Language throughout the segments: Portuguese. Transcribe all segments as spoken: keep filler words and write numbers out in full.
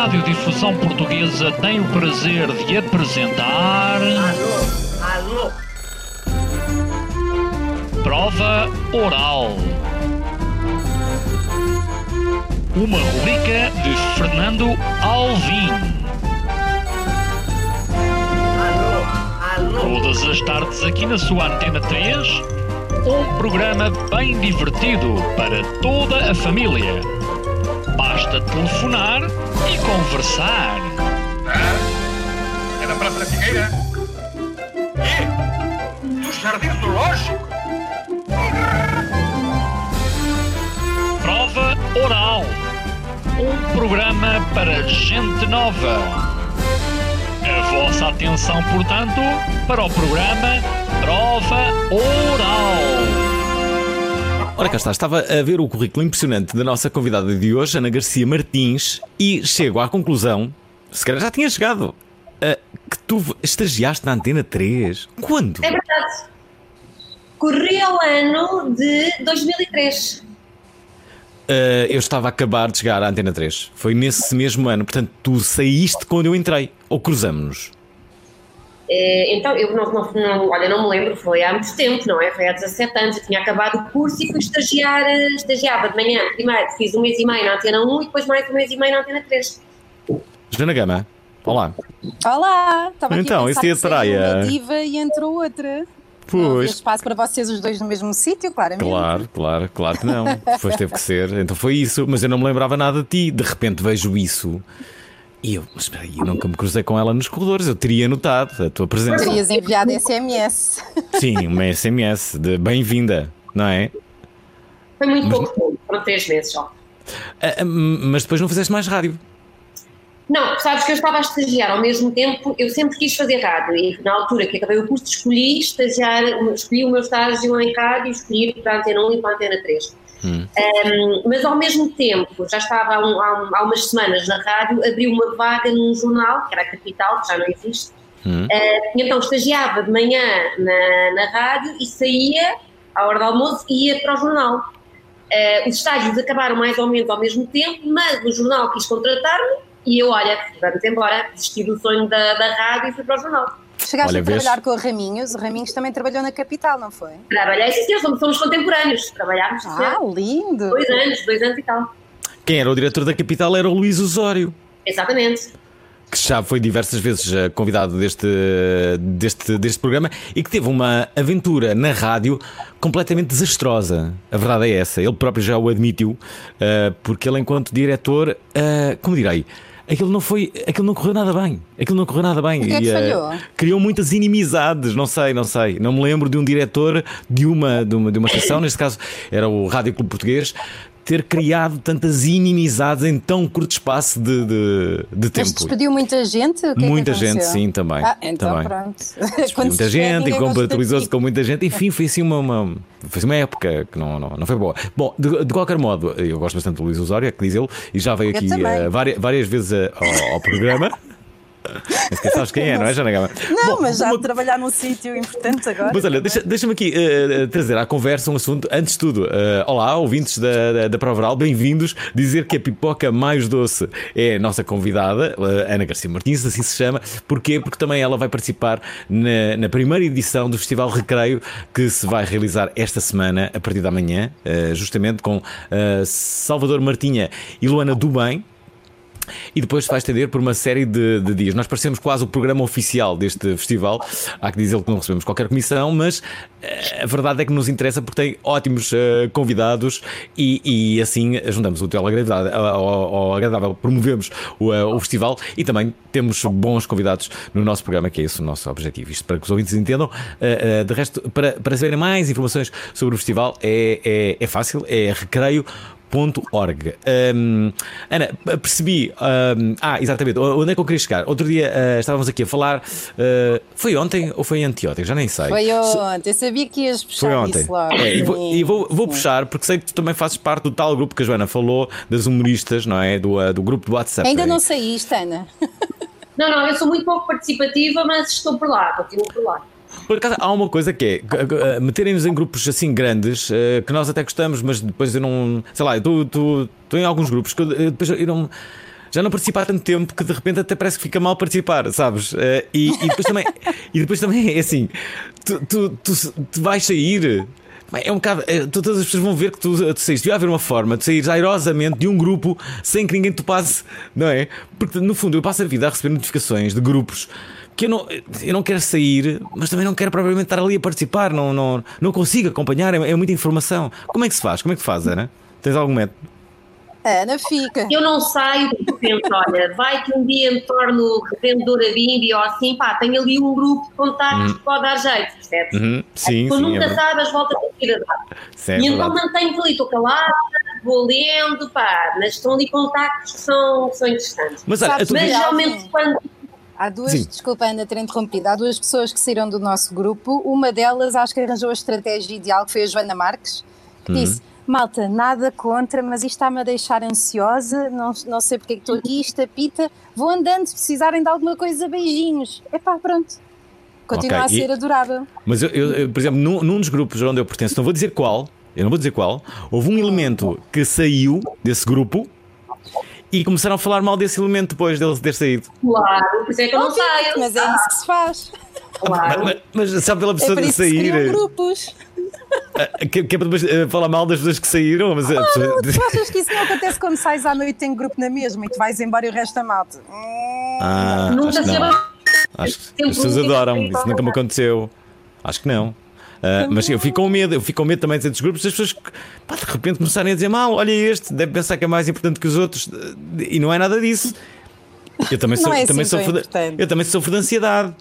Radiodifusão Portuguesa tem o prazer de apresentar... Alô, alô. Prova Oral. Uma rubrica de Fernando Alvim. Alô, alô. Todas as tardes aqui na sua Antena três, um programa bem divertido para toda a família. Basta telefonar e conversar. Ah, é da Praça da Figueira? E? Do Jardim Zoológico? Prova Oral. Um programa para gente nova. A vossa atenção, portanto, para o programa Prova Oral. Ora, cá está, estava a ver o currículo impressionante da nossa convidada de hoje, Ana Garcia Martins, e chego à conclusão, se calhar já tinha chegado, uh, que tu estagiaste na Antena três. Quando? É verdade. Corria o ano de dois mil e três. Uh, eu estava a acabar de chegar à Antena três. Foi nesse mesmo ano. Portanto, tu saíste quando eu entrei. Ou cruzamos-nos? Então, eu não, não, não, olha, não me lembro, foi há muito tempo, não é? Foi há dezassete anos, eu tinha acabado o curso e fui estagiar, estagiava de manhã. Primeiro fiz um mês e meio na Antena um e depois mais um mês e meio na Antena três. Joana Gama, olá. Olá, estava aqui então, a esse pensar dia que de praia. uma diva e entrou outra. Não havia Pois. espaço para vocês os dois no mesmo sítio, claramente. Claro, claro, claro que não. Depois teve que ser. Então foi isso. Mas eu não me lembrava nada de ti. De repente vejo isso. E eu, mas espera aí, eu nunca me cruzei com ela nos corredores. Eu teria notado a tua presença. Terias enviado S M S. Sim, uma S M S de bem-vinda, não é? Foi muito Mas- pouco tempo, foram três meses só. Ah, ah, mas depois não fizeste mais rádio. Não, sabes que eu estava a estagiar ao mesmo tempo, eu sempre quis fazer rádio e na altura que acabei o curso escolhi estagiar, escolhi o meu estágio em rádio e escolhi ir para a Antena um e para a Antena três. Hum. Um, mas ao mesmo tempo, já estava há, um, há, um, há umas semanas na rádio, abri uma vaga num jornal, que era a Capital, que já não existe, Hum. uh, e então estagiava de manhã na, na rádio e saía à hora do almoço e ia para o jornal. Uh, os estágios acabaram mais ou menos ao mesmo tempo, mas o jornal quis contratar-me e eu, olha, vamos embora, desisti do sonho da, da rádio e fui para o jornal. Chegaste Olha, a vês? trabalhar com o Raminhos. O Raminhos também trabalhou na Capital, não foi? Trabalhei, sim, senhor, somos, somos contemporâneos, trabalhámos Ah, lindo! dois anos, dois anos e tal. Quem era o diretor da Capital era o Luís Osório, Exatamente. que já foi diversas vezes eh, convidado deste, deste, deste programa e que teve uma aventura na rádio completamente desastrosa. A verdade é essa, ele próprio já o admitiu, eh, porque ele, enquanto diretor, eh, como direi, aquilo não foi, aquilo não correu nada bem. Aquilo não correu nada bem. O que é que E, eh, falhou? criou muitas inimizades, não sei, não sei. Não me lembro de um diretor de uma, de uma, de uma estação, neste caso era o Rádio Clube Português, ter criado tantas inimizades em tão curto espaço de, de, de tempo. Mas despediu muita gente? O que é que Muita gente, aconteceu? sim, também. Ah, então também. pronto. Despediu Quando se muita despede, gente e ninguém gosta de compatibilizou-se ti. com muita gente. Enfim, foi assim uma, uma, foi assim uma época que não, não, não foi boa. Bom, de, de qualquer modo, eu gosto bastante do Luís Osório, é que diz ele, e já veio Eu aqui também. eh, várias, várias vezes eh, ao, ao programa. Nem sequer sabes quem é, não é, Joana Gama? Não, Bom, mas já uma- de trabalhar num sítio importante agora. Mas olha, deixa- deixa-me aqui eh, trazer à conversa um assunto. Antes de tudo, eh, olá, ouvintes da, da, da Prova Oral, bem-vindos. Dizer que a pipoca mais doce é a nossa convidada, eh, Ana Garcia Martins, assim se chama. Porquê? Porque também ela vai participar na, na primeira edição do Festival Recreio, que se vai realizar esta semana, a partir da manhã, eh, justamente com eh, Salvador Martinha e Luana do Bem. E depois se vai estender por uma série de, de dias. Nós parecemos quase o programa oficial deste festival. Há que dizer que não recebemos qualquer comissão, mas eh, a verdade é que nos interessa porque tem ótimos eh, convidados e, e assim juntamos o útil ao agradável, ao, ao agradável, promovemos o, eh, o festival e também temos bons convidados no nosso programa, que é esse o nosso objetivo. Isto para que os ouvintes entendam. Eh, eh, de resto, para, para saberem mais informações sobre o festival é, é, é fácil, é recreio ponto org. Um, Ana, percebi. Um, ah, exatamente. Onde é que eu queria chegar? Outro dia uh, estávamos aqui a falar. Uh, foi ontem ou foi anteontem? Já nem sei. Foi ontem, eu sabia que ias puxar Foi ontem. isso logo. É, e vou, e vou, vou Sim. puxar, porque sei que tu também fazes parte do tal grupo que a Joana falou, das humoristas, não é? Do, uh, do grupo do WhatsApp. Ainda é? não saíste, Ana? Não, não, eu sou muito pouco participativa, mas estou por lá, continuo por lá. Por acaso, há uma coisa que é uh, uh, meterem-nos em grupos assim grandes, uh, que nós até gostamos, mas depois eu não. Sei lá, eu estou em alguns grupos que eu, eu depois eu não. já não participa há tanto tempo que de repente até parece que fica mal participar, sabes? Uh, e, e depois também e depois também é assim, tu, tu, tu, tu vais sair. É um bocado, é, todas as pessoas vão ver que tu, tu saíste. Devia haver uma forma de sair airosamente de um grupo sem que ninguém te passe, não é? Porque no fundo eu passo a vida a receber notificações de grupos que eu não, eu não quero sair, mas também não quero propriamente estar ali a participar. Não, não, não consigo acompanhar, é, é muita informação. Como é que se faz? Como é que faz, Ana? Tens algum método? Ana, fica. Eu não saio porque penso, olha, vai que um dia me torno revendedora Bimbi ou assim, pá, tenho ali um grupo de contactos Uhum. que pode dar jeito, percebes? Uhum. Sim, Tu sim, nunca é verdade. sabes as voltas da vida. Sim, é E então verdade. mantenho-me ali, estou calada, vou lendo, pá, mas estão ali contactos que são, que são interessantes. Mas olha, Sabes, tu Mas dizes- geralmente quando... Há duas, Sim. desculpa Ana ter interrompido, há duas pessoas que saíram do nosso grupo. Uma delas acho que arranjou a estratégia ideal, que foi a Joana Marques, que disse: malta, nada contra, mas isto está-me a deixar ansiosa, não, não sei porque é que estou aqui, isto apita, vou andando, se precisarem de alguma coisa, beijinhos. Epá, pronto. Continua Ok, a e- ser adorável. Mas eu, eu- eu, por exemplo, num, num dos grupos onde eu pertenço, não vou dizer qual, eu não vou dizer qual, houve um elemento que saiu desse grupo e começaram a falar mal desse elemento depois dele ter saído. Claro, por isso é que eu não saio. Mas é isso que se faz. Claro. Mas, mas sabe pela É pessoa para de isso que se criam sair, grupos. que, que é para depois eh, falar mal das pessoas que saíram, mas a pessoa- Tu achas que isso não acontece quando sais à noite em grupo na mesma e tu vais embora e o resto da malta? Hum, Ah, Nunca acho que se não. chama- Acho que Sempre as pessoas muito adoram, diferente. isso nunca me aconteceu. Acho que não. Ah, mas eu fico com medo, eu fico com medo também de dos grupos, das pessoas que pá, de repente começarem a dizer mal, olha este, deve pensar que é mais importante que os outros, e não é nada disso. Eu também Não sou, é também assim tão sofro de, importante. eu também sofro de ansiedade.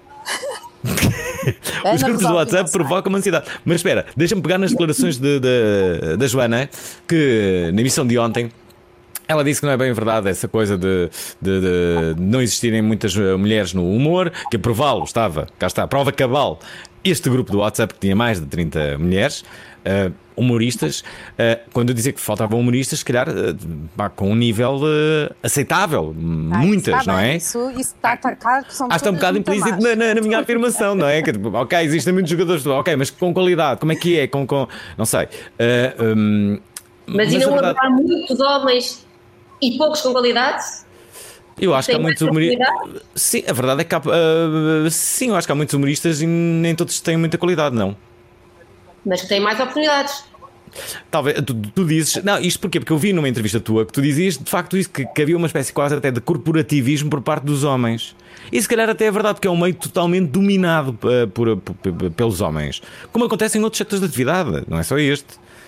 Ana Os grupos do resolve WhatsApp e não sai. provocam ansiedade. Mas espera, deixa-me pegar nas declarações de, de- da Joana, que na emissão de ontem ela disse que não é bem verdade essa coisa de, de- de não existirem muitas eh, mulheres no humor, que a prová-lo estava, cá está, a prova cabal, este grupo do WhatsApp que tinha mais de trinta mulheres, eh, humoristas. Eh, quando eu dizia que faltavam humoristas, se calhar eh, pá, com um nível eh, aceitável, Ah, muitas, isso está não bem, é? Isso, isso está a atacar, que são Acho que está um todas bocado muito implícito más. na, na- na minha afirmação, não é? Que, tipo, ok, existem muitos jogadores de futebol, ok, mas com qualidade, como é que é? Com, com, não sei. Eh, hum, Mas ainda a vão verdade- haver muitos homens e poucos com qualidade? Eu acho que há Tem muitos mais humoristas. oportunidade? Sim, a verdade é que há, ah, sim, eu acho que há muitos humoristas e nem todos têm muita qualidade, não. Mas que têm mais oportunidades. Talvez tu, tu dizes, não, isto porquê? Porque eu vi numa entrevista tua que tu dizias de facto isso, que, que havia uma espécie quase até de corporativismo por parte dos homens. E se calhar até é verdade, porque é um meio totalmente dominado ah, por, por- por- pelos homens, como acontece em outros setores de atividade, não é só este.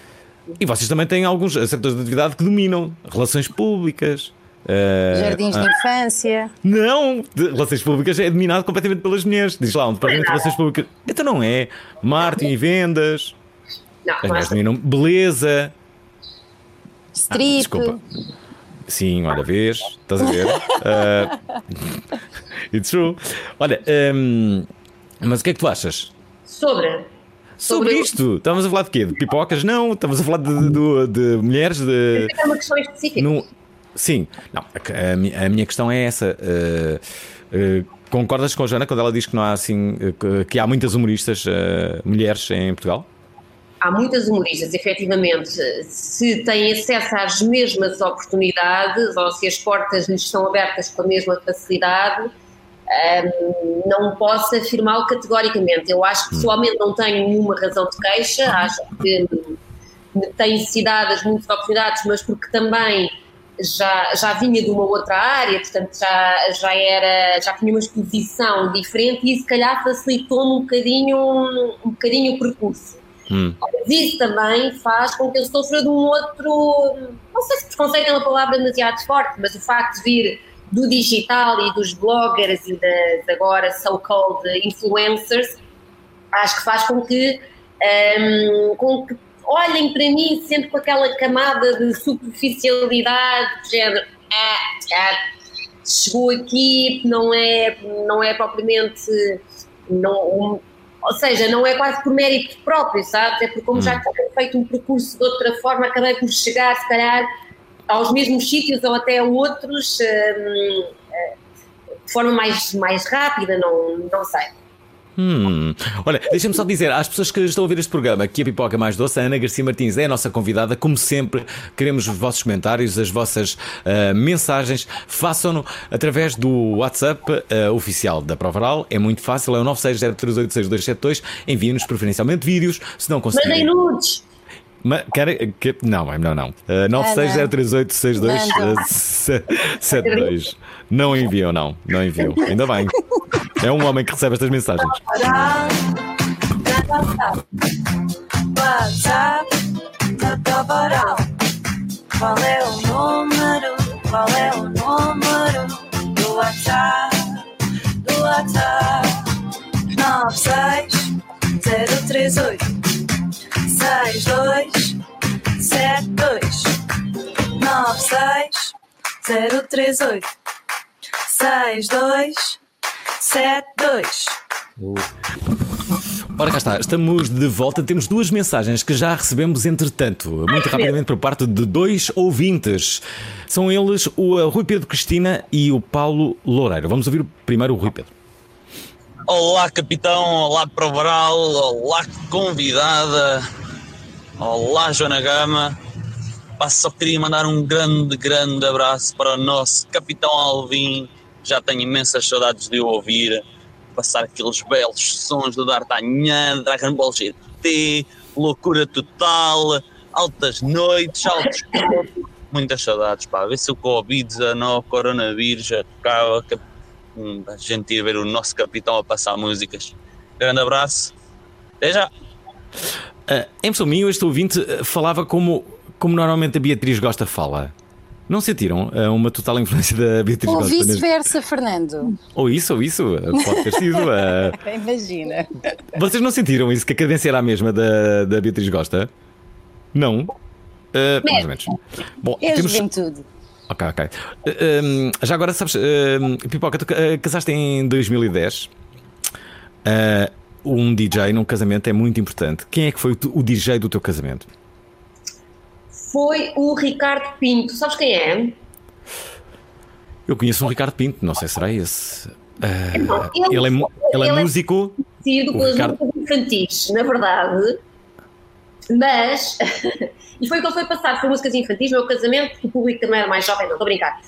E vocês também têm alguns setores de atividade que dominam relações públicas. ah, Jardins de infância. Não, de relações públicas é dominado completamente pelas mulheres. Diz lá, um departamento de relações públicas. Então não é. Marketing e vendas. Não, As não mulheres é. dominam beleza. Ah, Strip. desculpa. Sim, olha, vês, estás a ver? Ah, it's true. Olha, hum, mas o que é que tu achas? Sobre. Sobre Sobre o- isto? Estamos a falar de quê? De pipocas? Não, estamos a falar de, de, de mulheres de. É uma questão específica. No... Sim, não, a, a mi- a minha questão é essa. Uh, uh, concordas com a Joana quando ela diz que não há assim, uh, que, que há muitas humoristas uh, mulheres em Portugal? Há muitas humoristas, efetivamente, se têm acesso às mesmas oportunidades ou se as portas lhes estão abertas com a mesma facilidade, hum, não posso afirmá-lo categoricamente. Eu acho que pessoalmente não tenho nenhuma razão de queixa, acho que hum, me têm sido dadas muitas oportunidades, mas porque também já, já vinha de uma outra área, portanto já, já, era, já tinha uma exposição diferente e se calhar facilitou-me um bocadinho, um, um bocadinho o percurso. Hum. Mas isso também faz com que eu sofra de um outro, não sei se preconceito é uma palavra demasiado forte, mas o facto de vir do digital e dos bloggers e das agora so-called influencers, acho que faz com que, um, com que olhem para mim sempre com aquela camada de superficialidade, de género, ah, ah, chegou aqui, não é, não é propriamente, não, ou seja, não é quase por mérito próprio, sabes? É porque como já tinha feito um percurso de outra forma, acabei por chegar, se calhar, aos mesmos sítios ou até a outros hum, de forma mais, mais rápida, não, não sei. Hum. Olha, deixa-me só dizer às pessoas que estão a ouvir este programa que a Pipoca Mais Doce, a Ana Garcia Martins, é a nossa convidada. Como sempre, queremos os vossos comentários, as vossas uh, mensagens. Façam-no através do WhatsApp uh, oficial da Provaral. É muito fácil, é o nove seis zero três oito seis dois sete dois. Enviem-nos preferencialmente vídeos, se não conseguirem. Mandem nudes. Ma, quer, quer, não, não, não. Uh, nove seis zero três oito seis dois sete dois. Não enviam, não. Não enviam. Ainda bem. É um homem que recebe estas mensagens. WhatsApp da Provaral. Qual é o número? Qual é o número do WhatsApp? Do WhatsApp. nove seis zero três oito seis dois sete dois. nove seis zero três oito seis dois sete dois. Ora, cá está, estamos de volta. Temos duas mensagens que já recebemos, entretanto, muito rapidamente por parte de dois ouvintes. São eles o Rui Pedro Cristina e o Paulo Loureiro. Vamos ouvir primeiro o Rui Pedro. Olá, capitão. Olá, Provaral. Olá, convidada. Olá, Joana Gama. Só queria mandar um grande, grande abraço para o nosso capitão Alvin. Já tenho imensas saudades de o ouvir. Passar aqueles belos sons do D'Artagnan, Dragon Ball G T, loucura total, altas noites, altos corpos. Muitas saudades, pá. Ver se o Covid dezenove, coronavírus, já tocava, a gente ia ver o nosso capitão a passar músicas. Grande abraço. Até já. Uh, em pessoa minha, este ouvinte falava como, como normalmente a Beatriz Gosta fala. Não sentiram uh, uma total influência da Beatriz ou Gosta? Ou vice-versa, Fernando. Ou isso, ou isso. Pode ter sido. Uh... Imagina. Vocês não sentiram isso? Que a cadência era a mesma da, da Beatriz Gosta? Não? Uh, mais ou menos. Bom, é temos... juventude. Ok, ok. Uh, um, já agora, sabes, uh, Pipoca, tu uh, casaste em dois mil e dez. Uh, um D J num casamento é muito importante. Quem é que foi o, o D J do teu casamento? Foi o Ricardo Pinto. Sabes quem é? Eu conheço um Ricardo Pinto, não sei se será esse. Uh, então, ele, ele, é, ele é ele músico. É conhecido pelas Ricardo... músicas infantis, na verdade. Mas. E foi o que ele foi passar, foi músicas infantis, no meu casamento, porque o público também era mais jovem, não estou a brincar.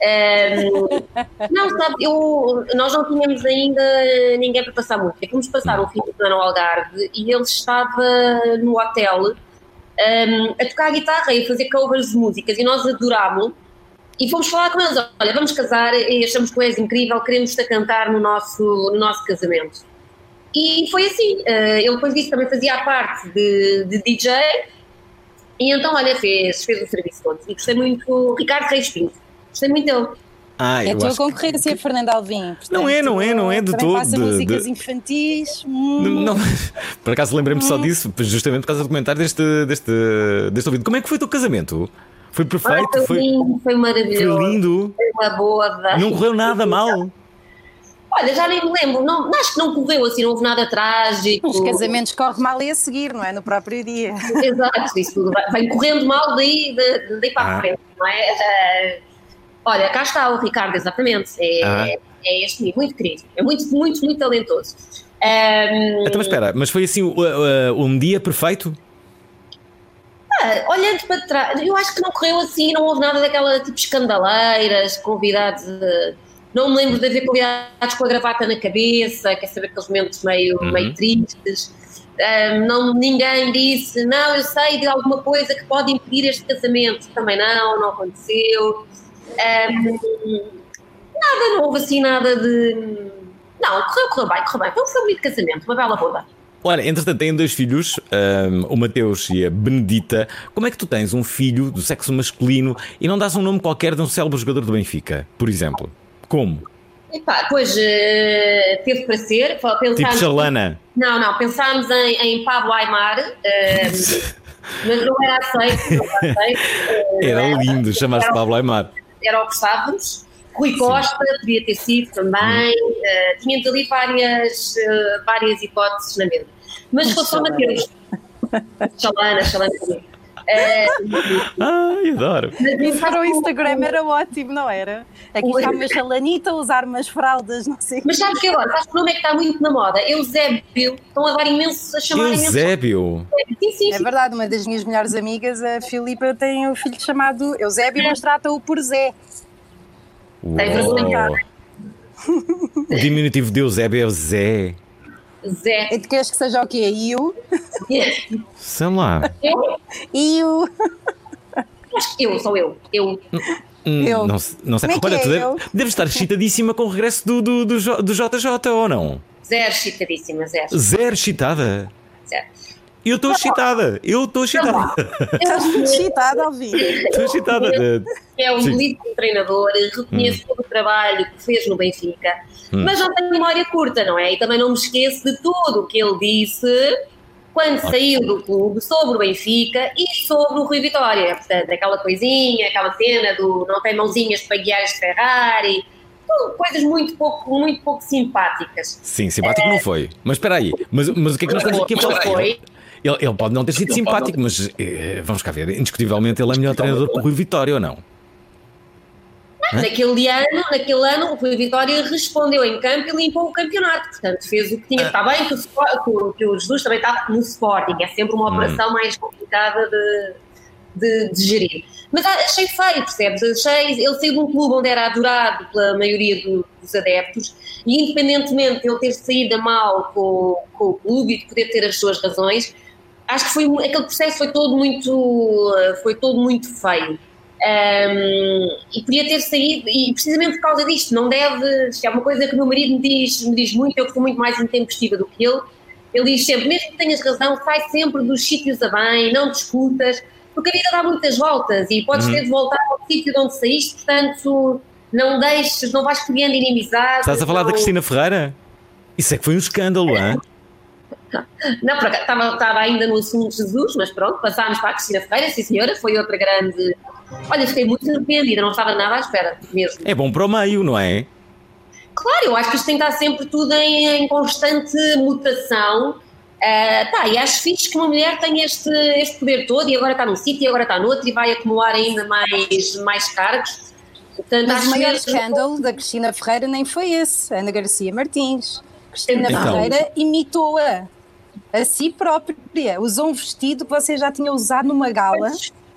Um, não, sabe, eu, nós não tínhamos ainda ninguém para passar música. Fomos passar um fim de semana no Algarve e ele estava no hotel um, a tocar a guitarra e a fazer covers de músicas e nós adorámos. E fomos falar com eles, olha, vamos casar e achamos que tu és incrível, queremos-te a cantar no nosso, no nosso casamento. E foi assim, uh, ele depois disso também fazia a parte de, de D J e então, olha, fez, fez o serviço todo. E gostei muito, Ricardo Reis Pinto, gostei muito dele. Ah, é a tua concorrência, que... Fernando Alvim. Portanto, não é, não é, não é de todo. Passa de, músicas de... infantis. Hum. Não, não. Por acaso lembrei-me hum. só disso, justamente por causa do comentário deste, deste, deste ouvido. Como é que foi o teu casamento? Foi perfeito? Ah, foi, foi, lindo, foi maravilhoso. Foi lindo. Foi uma boa. Não correu nada mal. Olha, já nem me lembro, não, acho que não correu assim, não houve nada trágico. Os casamentos correm mal e a seguir, não é? No próprio dia. Exato, isso tudo vai, vai correndo mal daí, de, daí para a ah. frente, não é? Uh, olha, cá está o Ricardo, exatamente, é, ah. é, é este amigo, muito querido, é muito, muito, muito talentoso. Um, então, mas espera, mas foi assim uh, uh, um dia perfeito? Ah, olhando para trás, eu acho que não correu assim, não houve nada daquela tipo escandaleiras, convidados... Uh, Não me lembro de haver convidados com a gravata na cabeça, quer saber aqueles momentos meio, uhum. meio tristes. Um, não, ninguém disse, não, eu sei de alguma coisa que pode impedir este casamento. Também não, não aconteceu. Um, nada, não houve assim nada de... Não, correu, correu bem, correu bem. Foi um bonito casamento, uma bela boda. Olha, entretanto, têm dois filhos, um, o Mateus e a Benedita. Como é que tu tens um filho do sexo masculino e não dás um nome qualquer de um célebre jogador do Benfica, por exemplo? Como? Epá, pois uh, teve para ser. Pensámos, tipo Chalana? Não, não, pensámos em, em Pablo Aimar, uh, mas não era aceito. Não era, aceito uh, era lindo chamar-se Pablo Aimar. Era o que estávamos. Rui Costa, sim, podia ter sido também. Hum. Uh, tínhamos ali várias, uh, várias hipóteses na mesa. Mas se fosse só Mateus. Chalana, Chalana também. Ai, adoro. Isso para o Instagram era ótimo, não era? Aqui está uma chalanita a usar umas fraldas, não sei. Mas sabes que agora, sabes que o nome é que está muito na moda? Eusébio. Estão a dar imenso, a chamar imenso. Eusébio. Sim, sim, É sim. verdade, uma das minhas melhores amigas, a Filipa, tem um filho chamado Eusébio, mas trata-o por Zé. Tem vergonha. O diminutivo de Eusébio é o Zé. Zé. E tu queres que seja o quê? Iu? Sei lá. Eu? Iu? Acho que eu, sou eu. Eu. Hum, Eu. Não, se- não sei. Como é que Olha, é tu deve- eu? deves estar excitadíssima com o regresso do, do, do, Jo- do J J, ou não? Zero excitadíssima, zero. Zero excitada. Zero. Eu estou excitada. Eu estou excitada. Estás muito excitada, Alvin. Estou excitada. É um Sim. belíssimo treinador, reconheço todo o trabalho que fez no Benfica, mas não tenho memória curta, não é? E também não me esqueço de tudo o que ele disse quando saiu do clube sobre o Benfica e sobre o Rui Vitória. Portanto, aquela coisinha, aquela cena do não tem mãozinhas para guiar este Ferrari, tudo coisas muito pouco, muito pouco simpáticas. Sim, simpático não foi. Mas espera aí. Mas, mas o que é que nós estamos aqui a falar? Foi. Ele, ele pode não ter sido simpático, mas eh, vamos cá ver. Indiscutivelmente ele é melhor treinador que o Rui Vitória, ou não? Naquele ano, naquele ano, o Rui Vitória respondeu em campo e limpou o campeonato. Portanto, fez o que tinha. Está bem que o, Sport- que o- que o Jesus também está no Sporting. É sempre uma operação mais complicada de, de, de gerir. Mas achei feio, percebes? Achei, ele saiu de um clube onde era adorado pela maioria do- dos adeptos e, independentemente de ele ter saído a mal com, com o clube e de poder ter as suas razões, acho que foi, aquele processo foi todo muito, foi todo muito feio. Um, e podia ter saído, e precisamente por causa disto, não deve, isto é uma coisa que o meu marido me diz, me diz muito, eu que sou muito mais intempestiva do que ele, ele diz sempre, mesmo que tenhas razão, sai sempre dos sítios a bem, não discutas, porque a vida dá muitas voltas e podes ter de voltar ao sítio de onde saíste, portanto não deixes, não vais criando inimizade. Estás a falar não... da Cristina Ferreira? Isso é que foi um escândalo, hein? Não, por acaso, estava, estava ainda no assunto de Jesus, mas pronto, passámos para a Cristina Ferreira, sim senhora, foi outra grande... Olha, fiquei muito surpreendida, não estava nada à espera, mesmo. É bom para o meio, não é? Claro, eu acho que isto tem que estar sempre tudo em, em constante mutação. Uh, pá, e acho fixe que uma mulher tenha este, este poder todo e agora está num sítio e agora está no outro e vai acumular ainda mais, mais cargos. Portanto, Mas acho o maior mesmo- escândalo da Cristina Ferreira nem foi esse, Ana Garcia Martins. Cristina Então. Ferreira imitou-a a si própria, usou um vestido que você já tinha usado numa gala.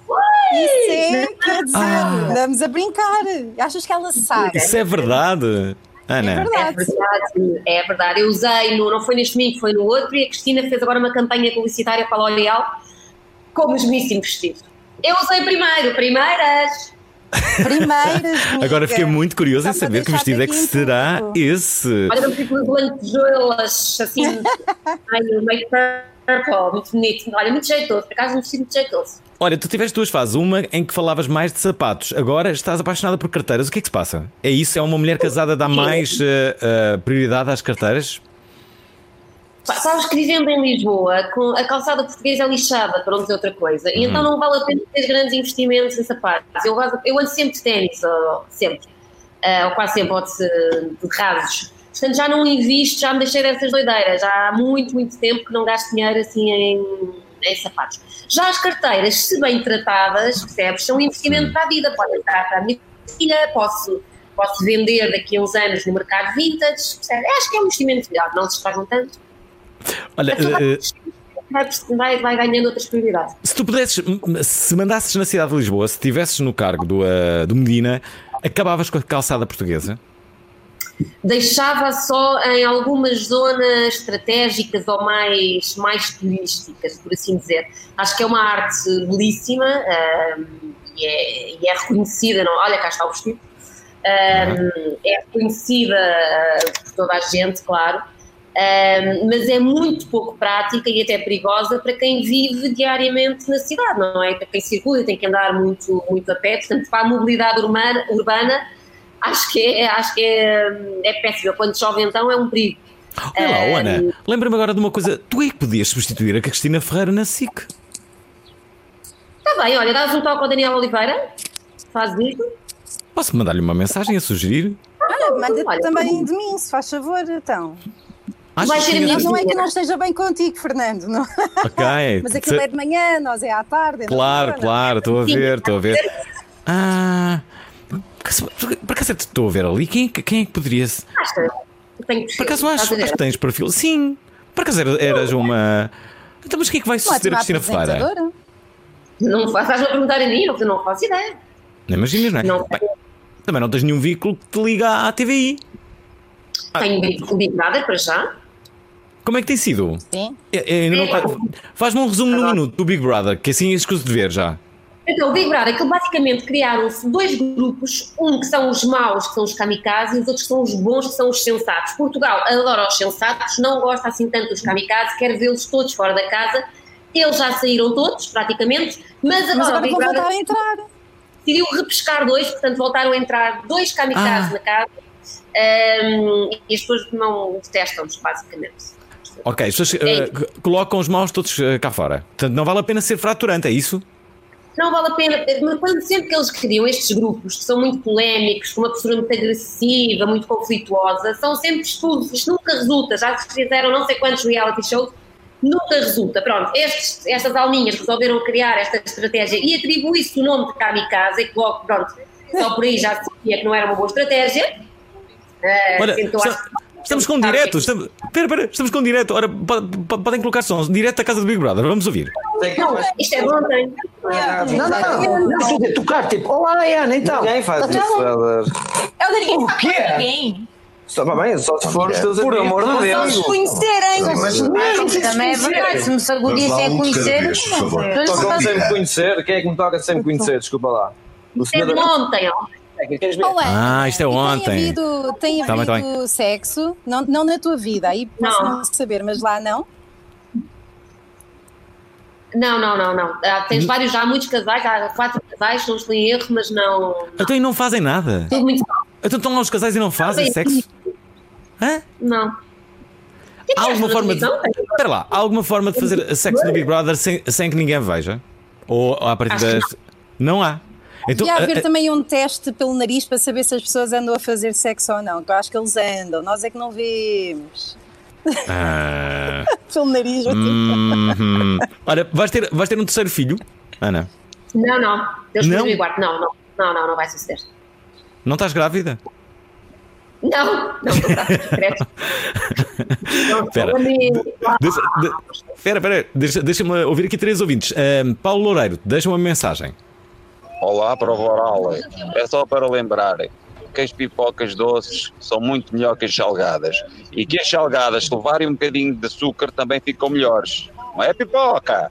Isso é, quer dizer, Ah. andamos a brincar. Achas que ela sabe? Isso é verdade. Ana, É É verdade. verdade, é verdade. Eu usei, no, não foi neste domingo, foi no outro, e a Cristina fez agora uma campanha publicitária para a L'Oréal com o mesmíssimo vestido. Eu usei primeiro, primeiras. Primeiras. agora amiga. fiquei muito curioso em Só para saber que deixar-te vestido é que aqui em será tudo. esse. Olha, eu fico de lantejoulas, assim, ai, meio purple, muito bonito. Olha, muito jeitoso, por acaso um vestido muito jeitoso. Olha, tu tiveste duas fases, uma em que falavas mais de sapatos, agora estás apaixonada por carteiras. O que é que se passa? É isso? É uma mulher casada dá mais eh, eh, prioridade às carteiras? Pá, sabes que vivendo em Lisboa, com a calçada portuguesa é lixada, para não dizer outra coisa, e então não vale a pena ter grandes investimentos em sapatos. Eu, vazo- eu ando sempre de ténis, ou, sempre, Ah, ou quase sempre, ou de, de rasos. Portanto, já não invisto, já me deixei dessas doideiras. Já há muito, muito tempo que não gasto dinheiro assim em, em sapatos. Já as carteiras, se bem tratadas, percebes, são um investimento para a vida. Pode entrar para a minha filha, posso, posso vender daqui a uns anos no mercado vintage, percebes? Acho que é um investimento melhor, não se pagam tanto. Olha, eh, Vai, vai, vai ganhando outras prioridades. se tu pudesses, se mandasses na cidade de Lisboa, se estivesses no cargo do, eh, do Medina, acabavas com a calçada portuguesa? Deixava só em algumas zonas estratégicas ou mais, mais turísticas, por assim dizer. Acho que é uma arte belíssima um, e, é, e é reconhecida, não? Olha, cá está o vestido. Um, é reconhecida uh, por toda a gente, claro, um, mas é muito pouco prática e até perigosa para quem vive diariamente na cidade, não é? Para quem circula e tem que andar muito, muito a pé, portanto, para a mobilidade urbana, urbana acho que, é, acho que é, é péssimo. Quando chove, então, é um perigo. Olha lá, Um, Ana, lembra-me agora de uma coisa. Tu é que podias substituir a Cristina Ferreira na S I C? Está bem, olha, dás um toque ao Daniel Oliveira, faz isso. Posso mandar-lhe uma mensagem a sugerir? Olha, manda Olha, também de mim, se faz favor, então. Achas Vai ser que a minha Mas não é que filha. não esteja bem contigo, Fernando. Não? Ok. Mas aquilo é de manhã, nós é à tarde. é Claro, não. claro, estou a ver, estou a ver. Ah, por acaso estou a ver ali. Quem, é que- quem é que poderia ser? Acha? Tenho Por acaso estás acho, a ver? acho que tens perfil. Sim, por acaso era- eras uma. Então, mas quem é que vai suceder a Ótima Cristina Ferreira? apresentadora. Não faz, estás a perguntar a mim, eu não faço ideia. Não imaginas, não é? Não. Bem, também não tens nenhum veículo que te liga à T V I. Tenho Big Big Brother para já. Como é que tem sido? Sim. É- é, ainda não tá- Faz-me um resumo num minuto do Big Brother, que assim é escuso de ver já. Então, o Big Brother, aquilo basicamente criaram-se dois grupos, um que são os maus, que são os kamikazes, e os outros que são os bons, que são os sensatos. Portugal adora os sensatos, não gosta assim tanto dos kamikazes, quer vê-los todos fora da casa. Eles já saíram todos, praticamente, mas agora, Mas o agora Big vou Brother voltar a entrar. decidiu repescar dois, portanto voltaram a entrar dois kamikazes Ah. na casa, um, e as pessoas não detestam-nos, basicamente. Ok, as pessoas É. eh, c- colocam os maus todos eh, cá fora. Portanto, não vale a pena ser fraturante, é isso? Não vale a pena, mas quando sempre que eles criam estes grupos que são muito polémicos, com uma postura muito agressiva, muito conflituosa, são sempre estudos, isto nunca resulta, já se fizeram não sei quantos reality shows, nunca resulta. Pronto, estes, estas alminhas resolveram criar esta estratégia e atribui-se o nome de kamikaze, que logo, pronto, só por aí já se sabia que não era uma boa estratégia. Uh, Olha, então, está- acho que- estamos com um direto. Estamos, espera, espera, estamos com um direto. Ora, po- po- podem colocar som. Direto da casa do Big Brother. Vamos ouvir. Não, isto é de ontem. Não, não, não. Estou a tocar, tipo, olá, Ana, então. Ninguém faz isso, brother. É o da ninguém. O quê? Ninguém. Só, bem, só se for os teus Por amigos. amor de Só Deus. se conhecerem. Mas- Também é verdade. Se me sacudir sem um conhecer. Tocam sem me conhecer. Quem é que me toca sem me conhecer? Desculpa lá. O Isto é de senhor ontem, ó. da... Queres ver? Olá. Ah, isto é E ontem. Tem havido, tem Tá bem, tá havido sexo, não, não na tua vida, aí posso Não. não saber, mas lá não. Não, não, não, não. Ah, tens Hum. vários, já há muitos casais, há quatro casais, não estou em erro, mas não. Então e não fazem nada. Tudo muito mal. Então estão lá os casais e não fazem Não, sexo? Hã? Não. Há alguma na forma de. televisão? Espera lá, há alguma forma de fazer sexo no Big Brother sem, sem que ninguém veja? Ou a partir Acho das. que Não há. Então, Devia haver a- a- também um teste pelo nariz para saber se as pessoas andam a fazer sexo ou não, que eu acho que eles andam, nós é que não vemos. Ah, Pelo nariz, eu digo. uhum. Olha, vais ter, vais ter um terceiro filho, Ana? Não, não. Deus Não? me guarde. Não, não. Não, não, não vai suceder. Não estás grávida? Não, não, não está. Credo. Não, Espera. não, Deixa, de, espera, espera, deixa, deixa-me ouvir aqui três ouvintes. Ahm, Paulo Loureiro, deixa uma mensagem. Olá, prova oral. É só para lembrarem que as pipocas doces são muito melhor que as salgadas. E que as salgadas, se levarem um bocadinho de açúcar, também ficam melhores. Não é pipoca?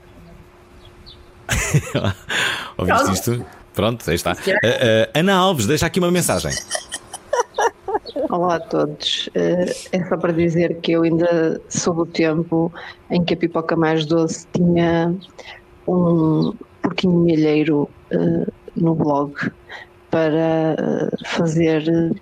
Ouviste Pronto. isto? Pronto, aí está. Ah, ah, Ana Alves, deixa aqui uma mensagem. Olá a todos. Eh, É só para dizer que eu ainda soube o tempo em que a pipoca mais doce tinha um porquinho milheiro eh, no blog para eh, fazer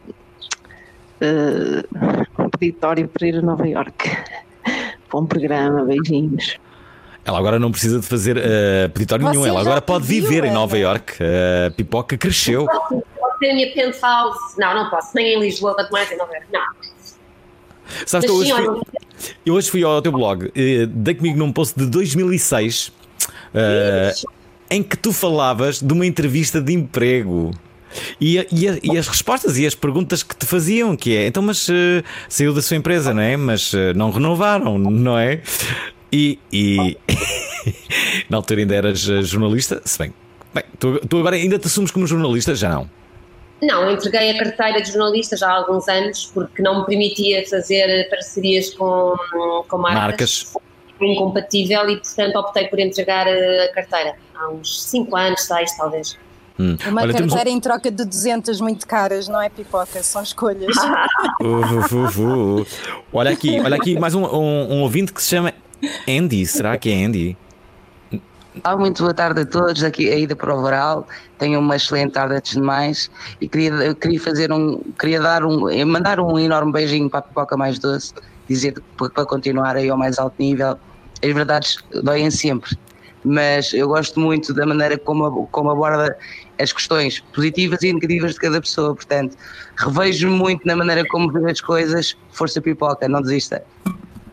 eh, um peditório para ir a Nova Iorque. Bom programa, beijinhos. Ela agora não precisa de fazer ah, peditório Você nenhum, ela já agora pode pediu, viver em Ana? Nova Iorque. A pipoca cresceu. Posso, posso ter a minha penthouse. Não, não posso. Nem em Lisboa, quanto mais em Nova Iorque. Não. Sabes que eu Mas hoje sim, fui, olha- eu hoje fui ao teu blog, eh, dei comigo num post de dois mil e seis eh, em que tu falavas de uma entrevista de emprego. E, a- e a- e as respostas e as perguntas que te faziam, que é, então, mas eh, saiu da sua empresa, não é? Mas eh, não renovaram, não é? E, e na altura ainda eras eh, jornalista, se bem, bem tu, tu agora ainda te assumes como jornalista, já não? Não, eu entreguei a carteira de jornalista já há alguns anos porque não me permitia fazer parcerias com, com marcas. Marcas. Incompatível e, portanto, optei por entregar a carteira. Há uns cinco anos, seis talvez. Hum. Uma Olha, temos um- carteira em troca de duzentas muito caras, não é pipoca, são escolhas. Uh, uh, uh, uh. Olha aqui, olha aqui mais um, um, um ouvinte que se chama Andy. Será que é Andy? Olá, muito boa tarde a todos, aqui aí da Prova Oral. Tenham uma excelente tarde antes de mais e queria, eu queria fazer um, queria dar um, mandar um enorme beijinho para a pipoca mais doce, dizer para, para continuar aí ao mais alto nível. As verdades doem sempre, mas eu gosto muito da maneira como, como aborda as questões positivas e negativas de cada pessoa, portanto, revejo muito na maneira como vê as coisas. Força pipoca, não desista.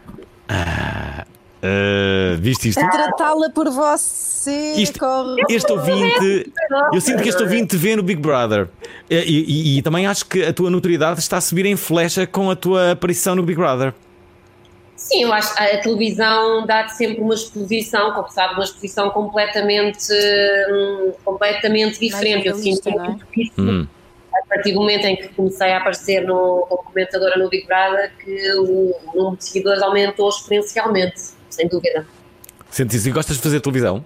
Ah, uh, viste isto? Tratá-la por você. Isto- corre. Este ouvinte, eu sinto que este ouvinte vê no Big Brother. E, e- e também acho que a tua notoriedade está a subir em flecha com a tua aparição no Big Brother. Sim, eu acho que a televisão dá-te sempre uma exposição, como sabe, uma exposição completamente, hum, completamente diferente. Eu sinto realista, não é? isso Hum. a partir do momento em que comecei a aparecer no, como comentadora no Big Brother, que o número de seguidores aumentou exponencialmente, sem dúvida. Sentes isso e gostas de fazer televisão?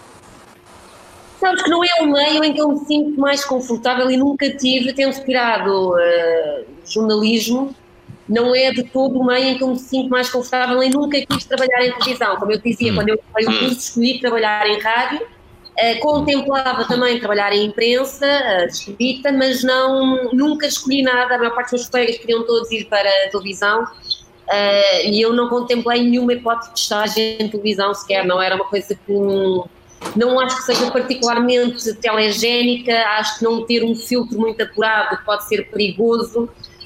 Sabes que não é um meio em que eu me sinto mais confortável e nunca tive, tendo tirado uh, jornalismo, não é de todo o meio em que eu me sinto mais confortável e nunca quis trabalhar em televisão. Como eu te dizia, quando eu fui o curso, escolhi trabalhar em rádio, uh, contemplava também trabalhar em imprensa, uh, escrita, mas não, nunca escolhi nada. A maior parte dos meus colegas queriam todos ir para a televisão. Uh, e eu não contemplei nenhuma hipótese de estágio em televisão sequer, não era uma coisa que hum, não acho que seja particularmente telegénica, acho que não ter um filtro muito apurado pode ser perigoso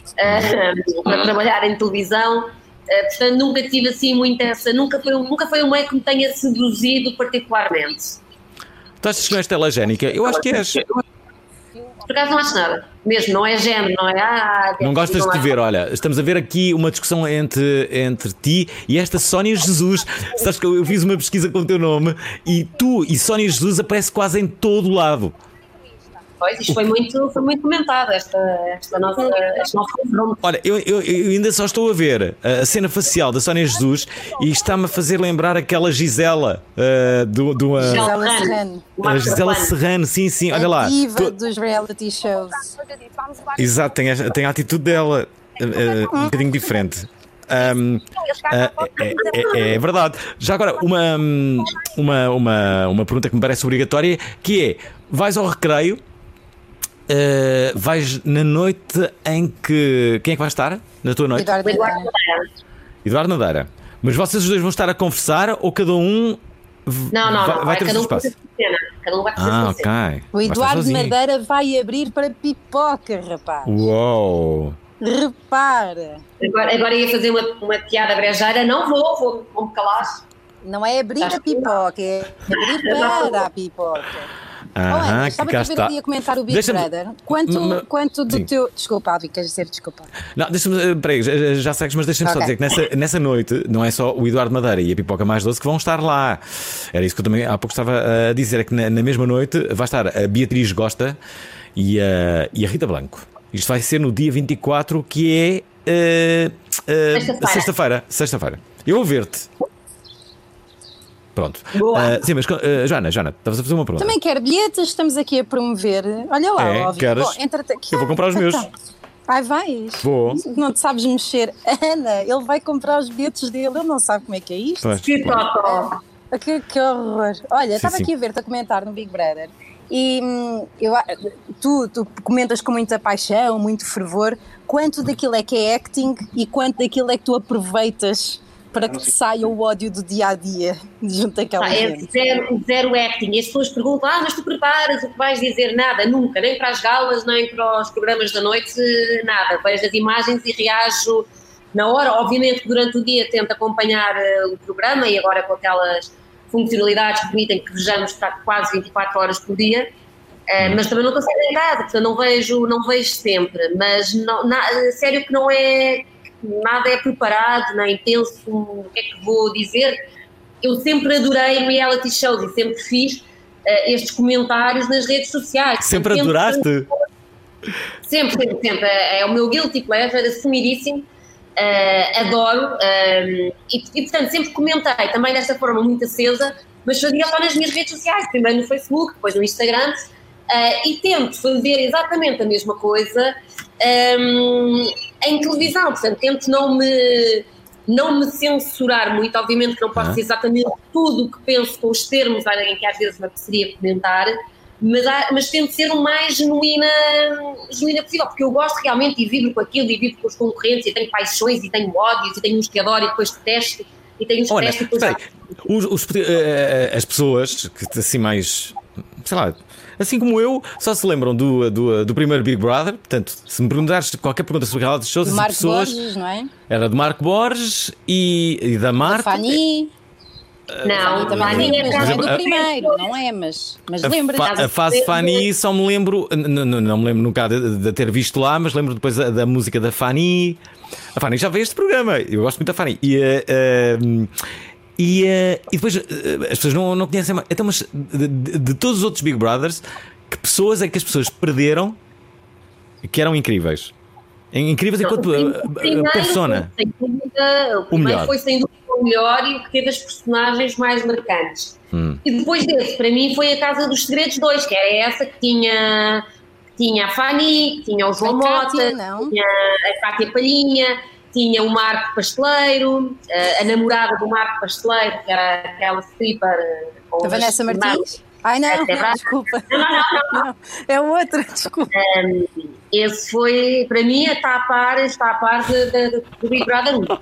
uh, para trabalhar em televisão, uh, portanto nunca tive assim muito essa, nunca foi, um- nunca foi um meio que me tenha seduzido particularmente. Tu achas que não és telegénica? Eu acho que és. Por acaso não acho nada, mesmo, não é género, não é ah, Não gostas de te é- ver, olha, estamos a ver aqui uma discussão entre, entre ti e esta Sónia Jesus. Sabes que eu eu fiz uma pesquisa com o teu nome e tu e Sónia Jesus aparece quase em todo lado. Pois, isto foi muito, foi muito comentado, esta, esta nossa, este nosso confronto. Olha, eu, eu- eu ainda só estou a ver a cena facial da Sónia Jesus e está-me a fazer lembrar aquela Gisela uh, do, do, uh, Gisela Serrano. a Gisela Serrano, sim, sim, olha lá. A diva Tu- dos reality shows. Exato, tem, a- tem a atitude dela uh, uh, um bocadinho diferente. Um, uh, é, é- é verdade. Já agora, uma, uma, uma, uma pergunta que me parece obrigatória, que é, vais ao recreio, uh, vais na noite em que... Quem é que vai estar na tua noite? Eduardo Madeira. Eduardo Madeira. Mas vocês os dois vão estar a conversar ou cada um v- Não, não, vai, não, vai é ter o cada seu um espaço? fazer a sua cena, cada um vai fazer a Ah, sua ok. cena. O Vai estar Eduardo sozinho. Madeira vai abrir para pipoca, rapaz. Uou! Repara. Agora, agora ia fazer uma, uma piada brejeira, não vou, vou, vou me calar. Não é abrir a pipoca, é abrir para a pipoca. Aham, Olha, que estava cá aqui a ver está. ali a comentar o Big Deixa-me- Brother. Quanto, Ma- ma- quanto do sim. teu. Desculpa, Alvi, queres dizer desculpa. Não, deixa-me, eh, peraí, já, já segues, mas deixa-me só Ok. dizer que nessa, nessa noite não é só o Eduardo Madeira e a Pipoca Mais Doce que vão estar lá. Era isso que eu também há pouco estava a dizer, é que na, na mesma noite vai estar a Beatriz Gosta e a, e a Rita Blanco. Isto vai ser no dia vinte e quatro, que é eh, eh, Sexta-feira. sexta-feira. Sexta-feira. Eu vou ver-te. Pronto. Boa. Ah, sim, mas uh, Joana, Joana, estavas a fazer uma pergunta. Também quero bilhetes, estamos aqui a promover. Olha lá, É, Alvi. queres? Bom, entra-te aqui. Eu vou comprar os meus. Então. Ai, vais? Vou. Não te sabes mexer. Ana, ele vai comprar os bilhetes dele, ele não sabe como é que é isto. Pois. Que totó. Que, que horror. Olha, estava sim. aqui a ver-te a comentar no Big Brother e hum, eu, a- tu, tu comentas com muita paixão, muito fervor, quanto daquilo é que é acting e quanto daquilo é que tu aproveitas para que te saia o ódio do dia-a-dia junto àquela Ah, é gente. zero, zero acting. E as pessoas perguntam, ah, mas tu preparas o que vais dizer? Nada, nunca, nem para as galas, nem para os programas da noite, nada. Vejo as imagens e reajo na hora. Obviamente que durante o dia tento acompanhar uh, o programa e agora com aquelas funcionalidades que permitem que vejamos quase vinte e quatro horas por dia, uh, mas também não estou sempre em casa, portanto não vejo, não vejo sempre. Mas não, na, sério que não é... nada é preparado, nem penso o que é que vou dizer. Eu sempre adorei reality shows e sempre fiz uh, estes comentários nas redes sociais. Sempre Portanto, adoraste? Sempre, sempre, sempre. É, é o meu guilty pleasure, assumidíssimo. Uh, adoro. Um, e, e, portanto, sempre comentei também desta forma muito acesa, mas fazia só nas minhas redes sociais, primeiro no Facebook, depois no Instagram. Uh, e tento fazer exatamente a mesma coisa um, em televisão, portanto tento não me, não me censurar muito, obviamente que não posso Ah. dizer exatamente tudo o que penso com os termos em que às vezes me apeteceria comentar, mas, há, mas tento ser o mais genuína, genuína possível, porque eu gosto realmente e vibro com aquilo e vibro com os concorrentes e tenho paixões e tenho ódios e tenho uns que adoro e depois detesto e tenho uns que Olha, detesto e depois... espera aí. Os- os- eh, as pessoas que assim mais sei lá, assim como eu, só se lembram do, do, do primeiro Big Brother. Portanto, se me perguntares qualquer pergunta sobre reality shows, Do essas Marco pessoas. Borges, não é? Era do Marco Borges e, e da Marta. Da Fanny. Não, também Fanny lembro, é mas não é a- do primeiro, não é? Mas, mas A, lembra-te. fa- a fase Fanny só me lembro, n- n- não me lembro nunca de, de ter visto lá, mas lembro depois da, da música da Fanny. A Fanny já veio a este programa, eu gosto muito da Fanny. E, eh, eh, e, eh, e depois eh, as pessoas não, não conhecem mais. Então, mas de, de- de todos os outros Big Brothers, que pessoas é que as pessoas perderam que eram incríveis? Incríveis enquanto Não, o eh, eh, primeiro, persona. sem dúvida, o primeiro melhor. foi sem dúvida o melhor e o que teve as personagens mais marcantes. Hum. E depois desse, para mim, foi a Casa dos Segredos dois, que era essa que tinha, que tinha a Fanny, que tinha o João A Mota, Cátia, não? que tinha a Cátia Palhinha, tinha o Marco Pasteleiro, a, a namorada do Marco Pasteleiro, que era aquela stripper. com A as- Vanessa Martins? Ai não, Até brava. desculpa. Não, não, não, não. É outra, desculpa. Um, esse foi, para mim, está a par, está a par de, de, de, do Big Brother um.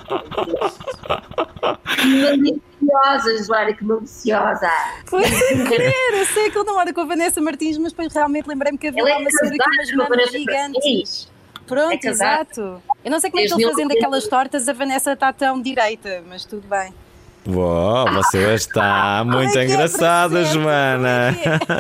Maliciosa, Joana, que maliciosa. Foi sem querer, eu sei que ele não era com a Vanessa Martins, mas depois realmente lembrei-me que havia Ele lá é uma senhora casado com umas com a mamas Vanessa gigantes. Martins. Pronto, É casado. exato. Eu não sei como é que Desde ele mil fazendo novecentos. aquelas tortas, a Vanessa está tão direita, mas tudo bem. Uau, você está muito Ai, que é engraçada, para sempre, Joana.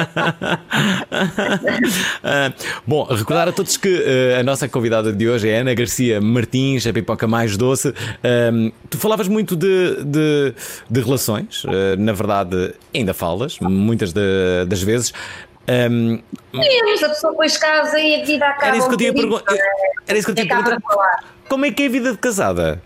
Ah, bom, recordar a todos que eh, a nossa convidada de hoje é Ana Garcia Martins, a pipoca mais doce. Ahm, tu falavas muito de, de, de relações, eh, na verdade, ainda falas, muitas de- das vezes. Ahm, Temos, a pessoa depois casa e a vida acaba. era isso que eu um tinha bocadinho, pergun- Era isso que eu tinha acaba perguntado. a falar. Como é que é a vida de casada?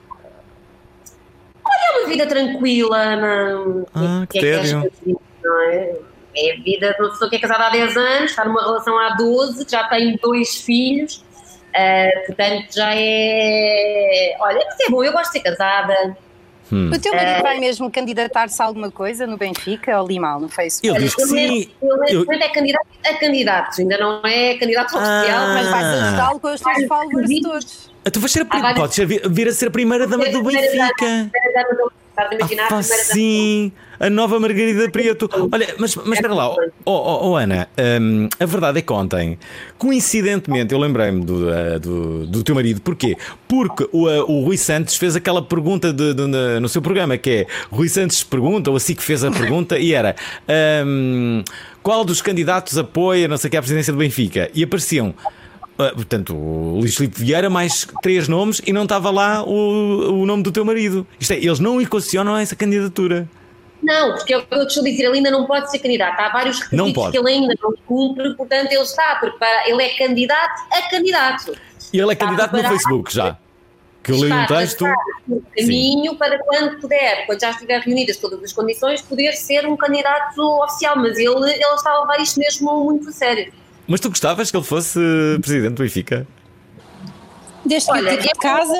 É uma vida tranquila, não, Ah, que é que tédio. acho que, não é? É a vida de uma pessoa que é casada há dez anos, está numa relação há doze, já tem dois filhos, ah, portanto já é. Olha, mas é bom, eu gosto de ser casada. Hum. O teu marido É. vai mesmo candidatar-se a alguma coisa no Benfica ou Limal, no Facebook? Ele diz que sim. Ele, neste momento é candidato a candidato, ainda não é candidato oficial, Ah. Mas vais mas ajudá-lo com os teus followers todos. Ah, tu vais ser a, Ah, vai- podes ser- vir, vir a ser a primeira dama do Benfica. Estás a imaginar? Ah, a pá, primeira dama. sim, a nova Margarida Prieto. Olha, mas, mas espera lá, oh, oh, oh, Ana, hum, a verdade é que ontem, coincidentemente, eu lembrei-me do, uh, do, do teu marido. Porquê? Porque o, uh, o Rui Santos fez aquela pergunta de, de- de- no seu programa, que é Rui Santos pergunta, ou assim que fez a pergunta, e era hum, qual dos candidatos apoia, não sei o que, a presidência do Benfica? E apareciam. Uh, portanto, o Luís Filipe Vieira, mais três nomes, e não estava lá o, o nome do teu marido. Isto é, eles não equacionam essa candidatura. Não, porque é o que eu te estou a dizer, ele ainda não pode ser candidato. Há vários Não requisitos pode. que ele ainda não cumpre, portanto ele está a preparar, ele é candidato a candidato. E ele é Está candidato no preparado. Facebook já. Que eu leio Está um a texto. traçar o caminho para quando puder, quando já estiver reunidas todas as condições, poder ser um candidato oficial, mas ele, ele está a levar isto mesmo muito a sério. Mas tu gostavas que ele fosse presidente do Benfica? Desde que Olha, eu tive de eu- casa.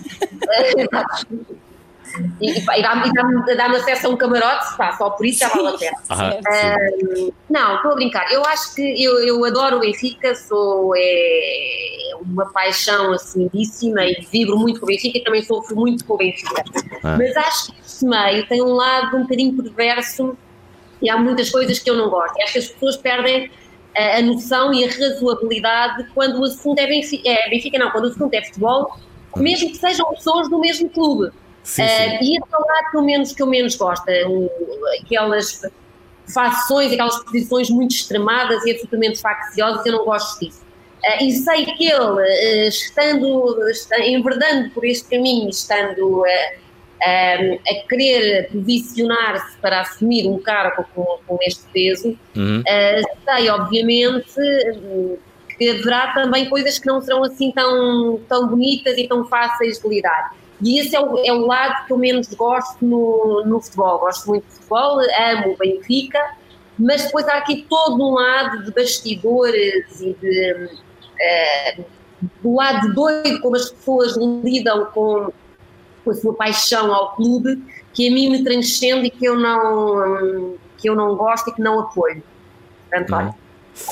E, e, pá, e dá-me dá dá acesso a um camarote, pá, só por isso já vale a pena. Ah, Ah, não, estou a brincar. Eu acho que eu, eu adoro o Benfica, sou é, uma paixão assumidíssima e vibro muito com o Benfica e também sofro muito com o Benfica. Ah. Mas acho que este meio tem um lado um bocadinho perverso e há muitas coisas que eu não gosto. E acho que as pessoas perdem a, a noção e a razoabilidade quando o assunto é Benfica, é Benfica, não, quando o assunto é futebol, mesmo que sejam pessoas do mesmo clube. Sim, Uh, sim. e esse é o lado pelo menos que eu menos gosto, um, aquelas facções, aquelas posições muito extremadas e absolutamente facciosas, eu não gosto disso. Uh, e sei que ele, uh, estando, está, enverdando por este caminho, estando uh, um, a querer posicionar-se para assumir um cargo com, com este peso, Uhum. uh, sei obviamente uh, que haverá também coisas que não serão assim tão, tão bonitas e tão fáceis de lidar. E esse é o, é o lado que eu menos gosto no, no futebol. Gosto muito de futebol, amo o Benfica, mas depois há aqui todo um lado de bastidores e de, uh, do lado doido como as pessoas lidam com, com a sua paixão ao clube, que a mim me transcende e que eu não, que eu não gosto e que não apoio. Portanto, olha.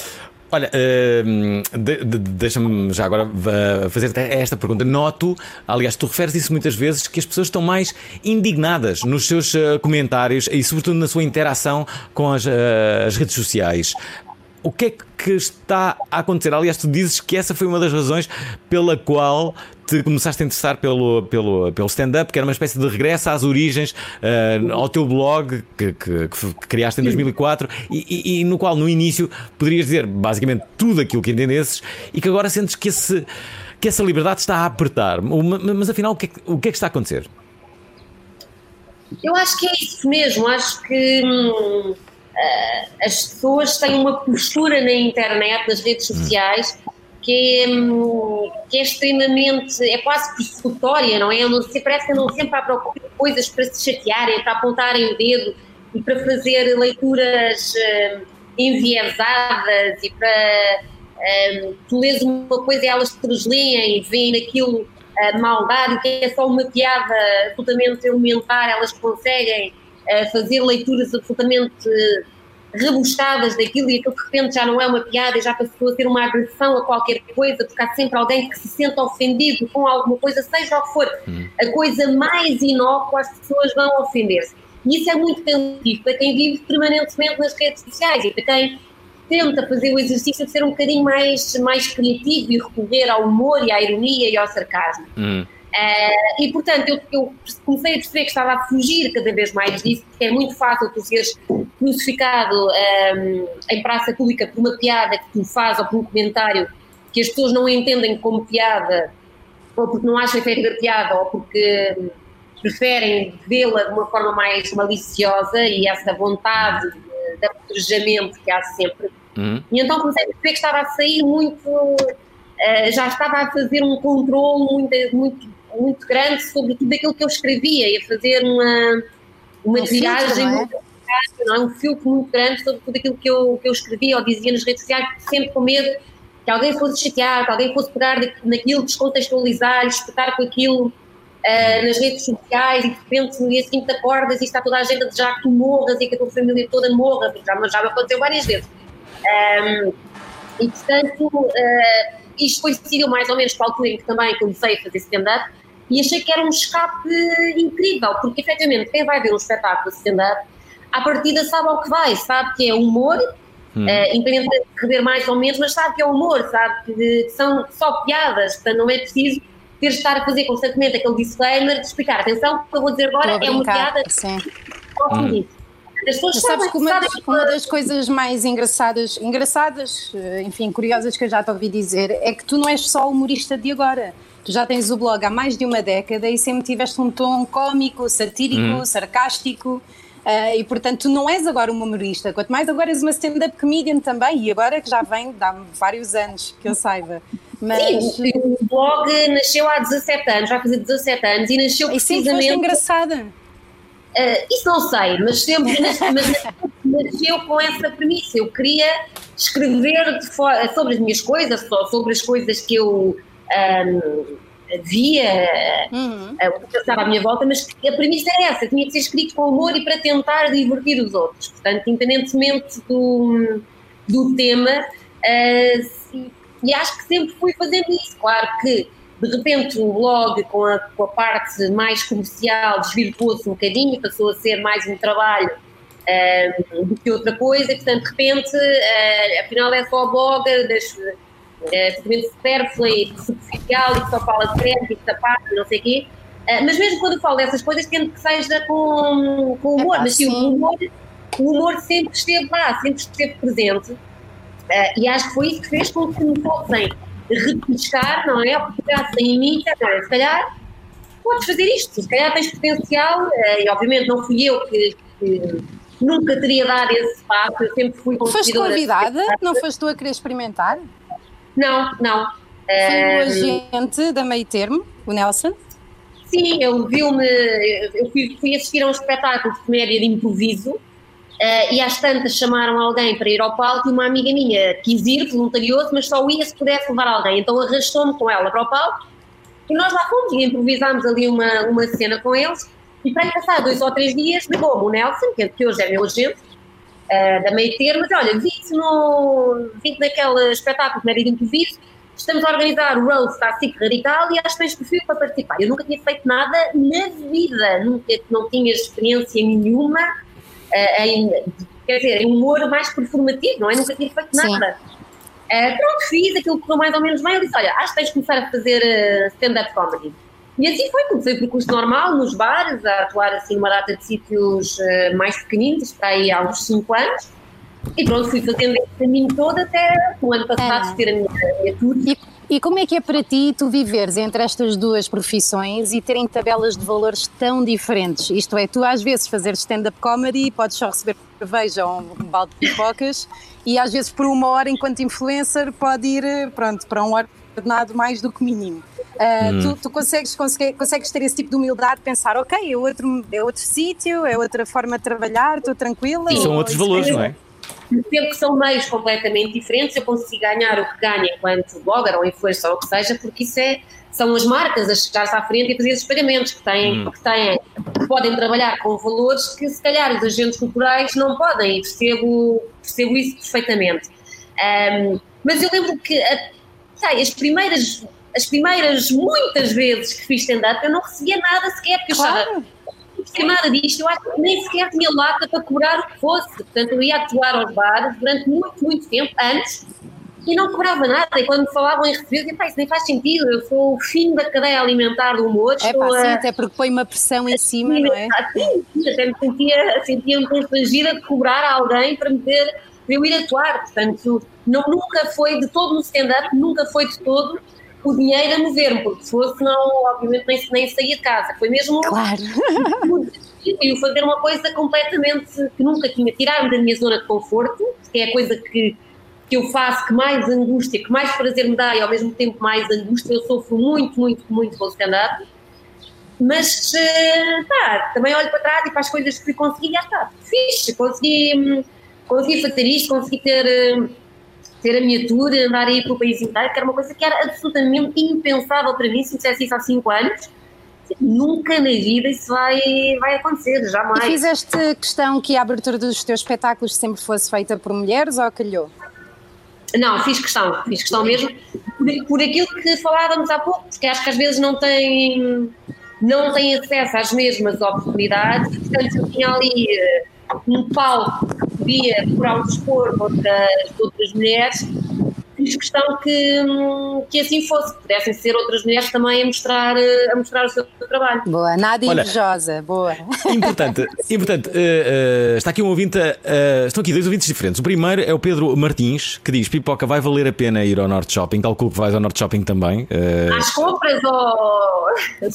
Olha, uh, de, de, deixa-me já agora uh, fazer esta pergunta. Noto, aliás, tu referes isso muitas vezes, que as pessoas estão mais indignadas nos seus uh, comentários e sobretudo na sua interação com as, uh, as redes sociais. O que é que está a acontecer? Aliás, tu dizes que essa foi uma das razões pela qual te começaste a interessar pelo, pelo, pelo stand-up, que era uma espécie de regresso às origens, uh, ao teu blog que, que, que criaste em dois mil e quatro e, e, e no qual no início poderias dizer basicamente tudo aquilo que entendesses e que agora sentes que, esse, que essa liberdade está a apertar. Mas afinal, o que é que, o que, é que está a acontecer? Eu acho que é isso mesmo. Acho que hum, as pessoas têm uma postura na internet, nas redes sociais, que é, que é extremamente, é quase persecutória, não é? Não sei, parece que andam sempre à procura de coisas para se chatearem, para apontarem o dedo e para fazer leituras uh, enviesadas e para uh, tu lês uma coisa e elas te leem e veem naquilo uh, maldade, que é só uma piada absolutamente elementar, elas conseguem uh, fazer leituras absolutamente uh, rebuscadas daquilo e aquilo que de repente já não é uma piada e já passou a ser uma agressão a qualquer coisa, porque há sempre alguém que se sente ofendido com alguma coisa, seja o que for, hum. a coisa mais inócua, as pessoas vão ofender-se. E isso é muito cansativo para quem vive permanentemente nas redes sociais e para quem tenta fazer o exercício de ser um bocadinho mais, mais criativo e recorrer ao humor e à ironia e ao sarcasmo. Hum. Uh, e portanto eu, eu comecei a perceber que estava a fugir cada vez mais disso, porque é muito fácil tu seres crucificado um, em praça pública por uma piada que tu fazes ou por um comentário que as pessoas não entendem como piada, ou porque não acham efetiva piada, ou porque preferem vê-la de uma forma mais maliciosa e essa vontade de, de apedrejamento que há sempre. Uhum. E então comecei a perceber que estava a sair muito, uh, já estava a fazer um controle muito, muito, muito grande sobre tudo aquilo que eu escrevia e a fazer uma, uma um triagem filtro, não é? muito grande, não é? Um filtro muito grande sobre tudo aquilo que eu, que eu escrevia ou dizia nas redes sociais, sempre com medo que alguém fosse chatear, que alguém fosse pegar naquilo, descontextualizar, espetar com aquilo uh, nas redes sociais e de repente no dia seguinte acordas e está toda a gente a desejar que tu morras e que a tua família toda morra, porque já, já me aconteceu várias vezes. Um, e portanto, uh, isto coincidiu mais ou menos com a altura em que também comecei a fazer stand-up e achei que era um escape incrível, porque efetivamente quem vai ver um espetáculo de stand-up, à partida sabe ao que vai, sabe que é humor, hum. uh, independente de rever mais ou menos, mas sabe que é humor, sabe que, que são só piadas, portanto não é preciso ter de estar a fazer constantemente aquele disclaimer de explicar, atenção, o que eu vou dizer agora é uma piada. Sim. Hum. As pessoas Mas sabes sabem, que uma, sabem das, uma das coisas mais engraçadas, engraçadas, enfim, curiosas que eu já te ouvi dizer, é que tu não és só humorista de agora. Tu já tens o blog há mais de uma década e sempre tiveste um tom cómico, satírico, hum. sarcástico, uh, e portanto tu não és agora uma humorista, quanto mais agora és uma stand-up comedian também, e agora que já vem, dá vários anos que eu saiba. Mas... Sim, o blog nasceu há dezassete anos, vai fazer dezassete anos e nasceu e precisamente... sempre foste engraçada. Uh, isso não sei, mas sempre mas nasceu com essa premissa. Eu queria escrever de fora, sobre as minhas coisas, só sobre as coisas que eu um, via, uhum. uh, que passava à minha volta, mas a premissa era essa, tinha que ser escrito com humor e para tentar divertir os outros. Portanto, independentemente do, do tema, uh, sim, e acho que sempre fui fazendo isso. Claro que de repente o blog com a, com a parte mais comercial desvirtuou-se um bocadinho, passou a ser mais um trabalho um, do que outra coisa, e portanto de repente uh, afinal é só o blog das absolutamente uh, supérflua e superficial e que só fala de crédito e de sapato e não sei o quê, uh, mas mesmo quando eu falo dessas coisas tento que seja com, com humor, mas sim, o humor, o humor sempre esteve lá, sempre esteve presente, uh, e acho que foi isso que fez com que me fossem repiscar, não é? Porque pegassem em mim, se calhar podes fazer isto, se calhar tens potencial, e obviamente não fui eu que, que nunca teria dado esse passo, eu sempre fui convidada. Foste convidada? Não foste tu a querer experimentar? Não, não. Foi o agente da Meio Termo, o Nelson? Sim, ele viu-me, eu fui, fui assistir a um espetáculo de comédia de improviso. Uh, e às tantas chamaram alguém para ir ao palco e uma amiga minha quis ir, voluntariou-se, mas só ia se pudesse levar alguém, então arrastou-me com ela para o palco e nós lá fomos e improvisámos ali uma, uma cena com eles e para passar dois ou três dias ligou-me o Nelson, que hoje é meu agente, uh, da meio termo, mas olha, vi-te no, vi naquele espetáculo que era de improviso, estamos a organizar o roast à SIC Radical e acho que tens perfil para participar. Eu nunca tinha feito nada na vida, nunca, não tinha experiência nenhuma uh, em, quer dizer, em humor mais performativo, não é? Nunca tinha feito nada. Uh, pronto, fiz, aquilo correu mais ou menos bem, eu disse, olha, acho que tens de começar a fazer uh, stand-up comedy. E assim foi, comecei o percurso normal, nos bares, a atuar assim numa data de sítios uh, mais pequeninos, está aí há uns cinco anos, e pronto, fui fazendo esse caminho todo até o ano passado ter a minha, a minha tour. E, e como é que é para ti tu viveres entre estas duas profissões e terem tabelas de valores tão diferentes? Isto é, tu às vezes fazeres stand-up comedy e podes só receber cerveja ou um balde de pipocas e às vezes por uma hora enquanto influencer pode ir, pronto, para um ordenado mais do que mínimo. Uh, hum. Tu, tu consegues, consegues, consegues ter esse tipo de humildade de pensar, ok, é outro, é outro sítio, é outra forma de trabalhar, estou tranquila? E são outros valores, não é? Sempre que são meios completamente diferentes, eu consigo ganhar o que ganho enquanto blogger ou influencer ou o que seja, porque isso é, são as marcas a chegar-se à frente e fazer esses pagamentos que têm, hum. que têm, que podem trabalhar com valores que se calhar os agentes culturais não podem, e percebo, percebo isso perfeitamente. Um, mas eu lembro que a, sei, as primeiras... As primeiras, muitas vezes que fiz stand-up, eu não recebia nada sequer, porque claro. eu estava, não recebia nada disto, eu acho que nem sequer tinha lata para cobrar o que fosse. Portanto, eu ia atuar aos bares durante muito, muito tempo, antes, e não cobrava nada. E quando me falavam em receber, eu dizia, pá, isso nem faz sentido, eu sou o fim da cadeia alimentar do humor. É pá, sim, até porque põe uma pressão em cima, sim, não é? Sim, até me sentia, sentia-me constrangida de cobrar a alguém para me ter, para eu ir atuar. Portanto, não, nunca foi de todo no stand-up, nunca foi de todo o dinheiro a mover-me, porque se fosse, não, obviamente nem, nem saía de casa. Foi mesmo claro. eu fazer uma coisa completamente que nunca tinha, tirar-me da minha zona de conforto, que é a coisa que, que eu faço que mais angústia, que mais prazer me dá e ao mesmo tempo mais angústia. Eu sofro muito, muito, muito com o stand-up, mas tá, também olho para trás e para as coisas que consegui e já está, fixe, consegui, consegui fazer isto, consegui ter... ter a minha tour, andar aí pelo país inteiro, que era uma coisa que era absolutamente impensável para mim. Se me dissesse isso há cinco anos, nunca na vida isso vai, vai acontecer, jamais. E fizeste questão que a abertura dos teus espetáculos sempre fosse feita por mulheres ou calhou? Não, fiz questão, fiz questão mesmo, por, por aquilo que falávamos há pouco, porque acho que às vezes não têm, não têm acesso às mesmas oportunidades, portanto eu tinha ali um palco que podia procurar um dispor de outras, outras mulheres, fiz questão que, que assim fosse, que pudessem ser outras mulheres também a mostrar, a mostrar o seu trabalho. Boa, nada invejosa, boa. Importante, importante uh, uh, está aqui um ouvinte, uh, estão aqui dois ouvintes diferentes. O primeiro é o Pedro Martins, que diz: Pipoca, vai valer a pena ir ao Norte Shopping? Calculo que vais ao Norte Shopping também. Uh... Às compras ou...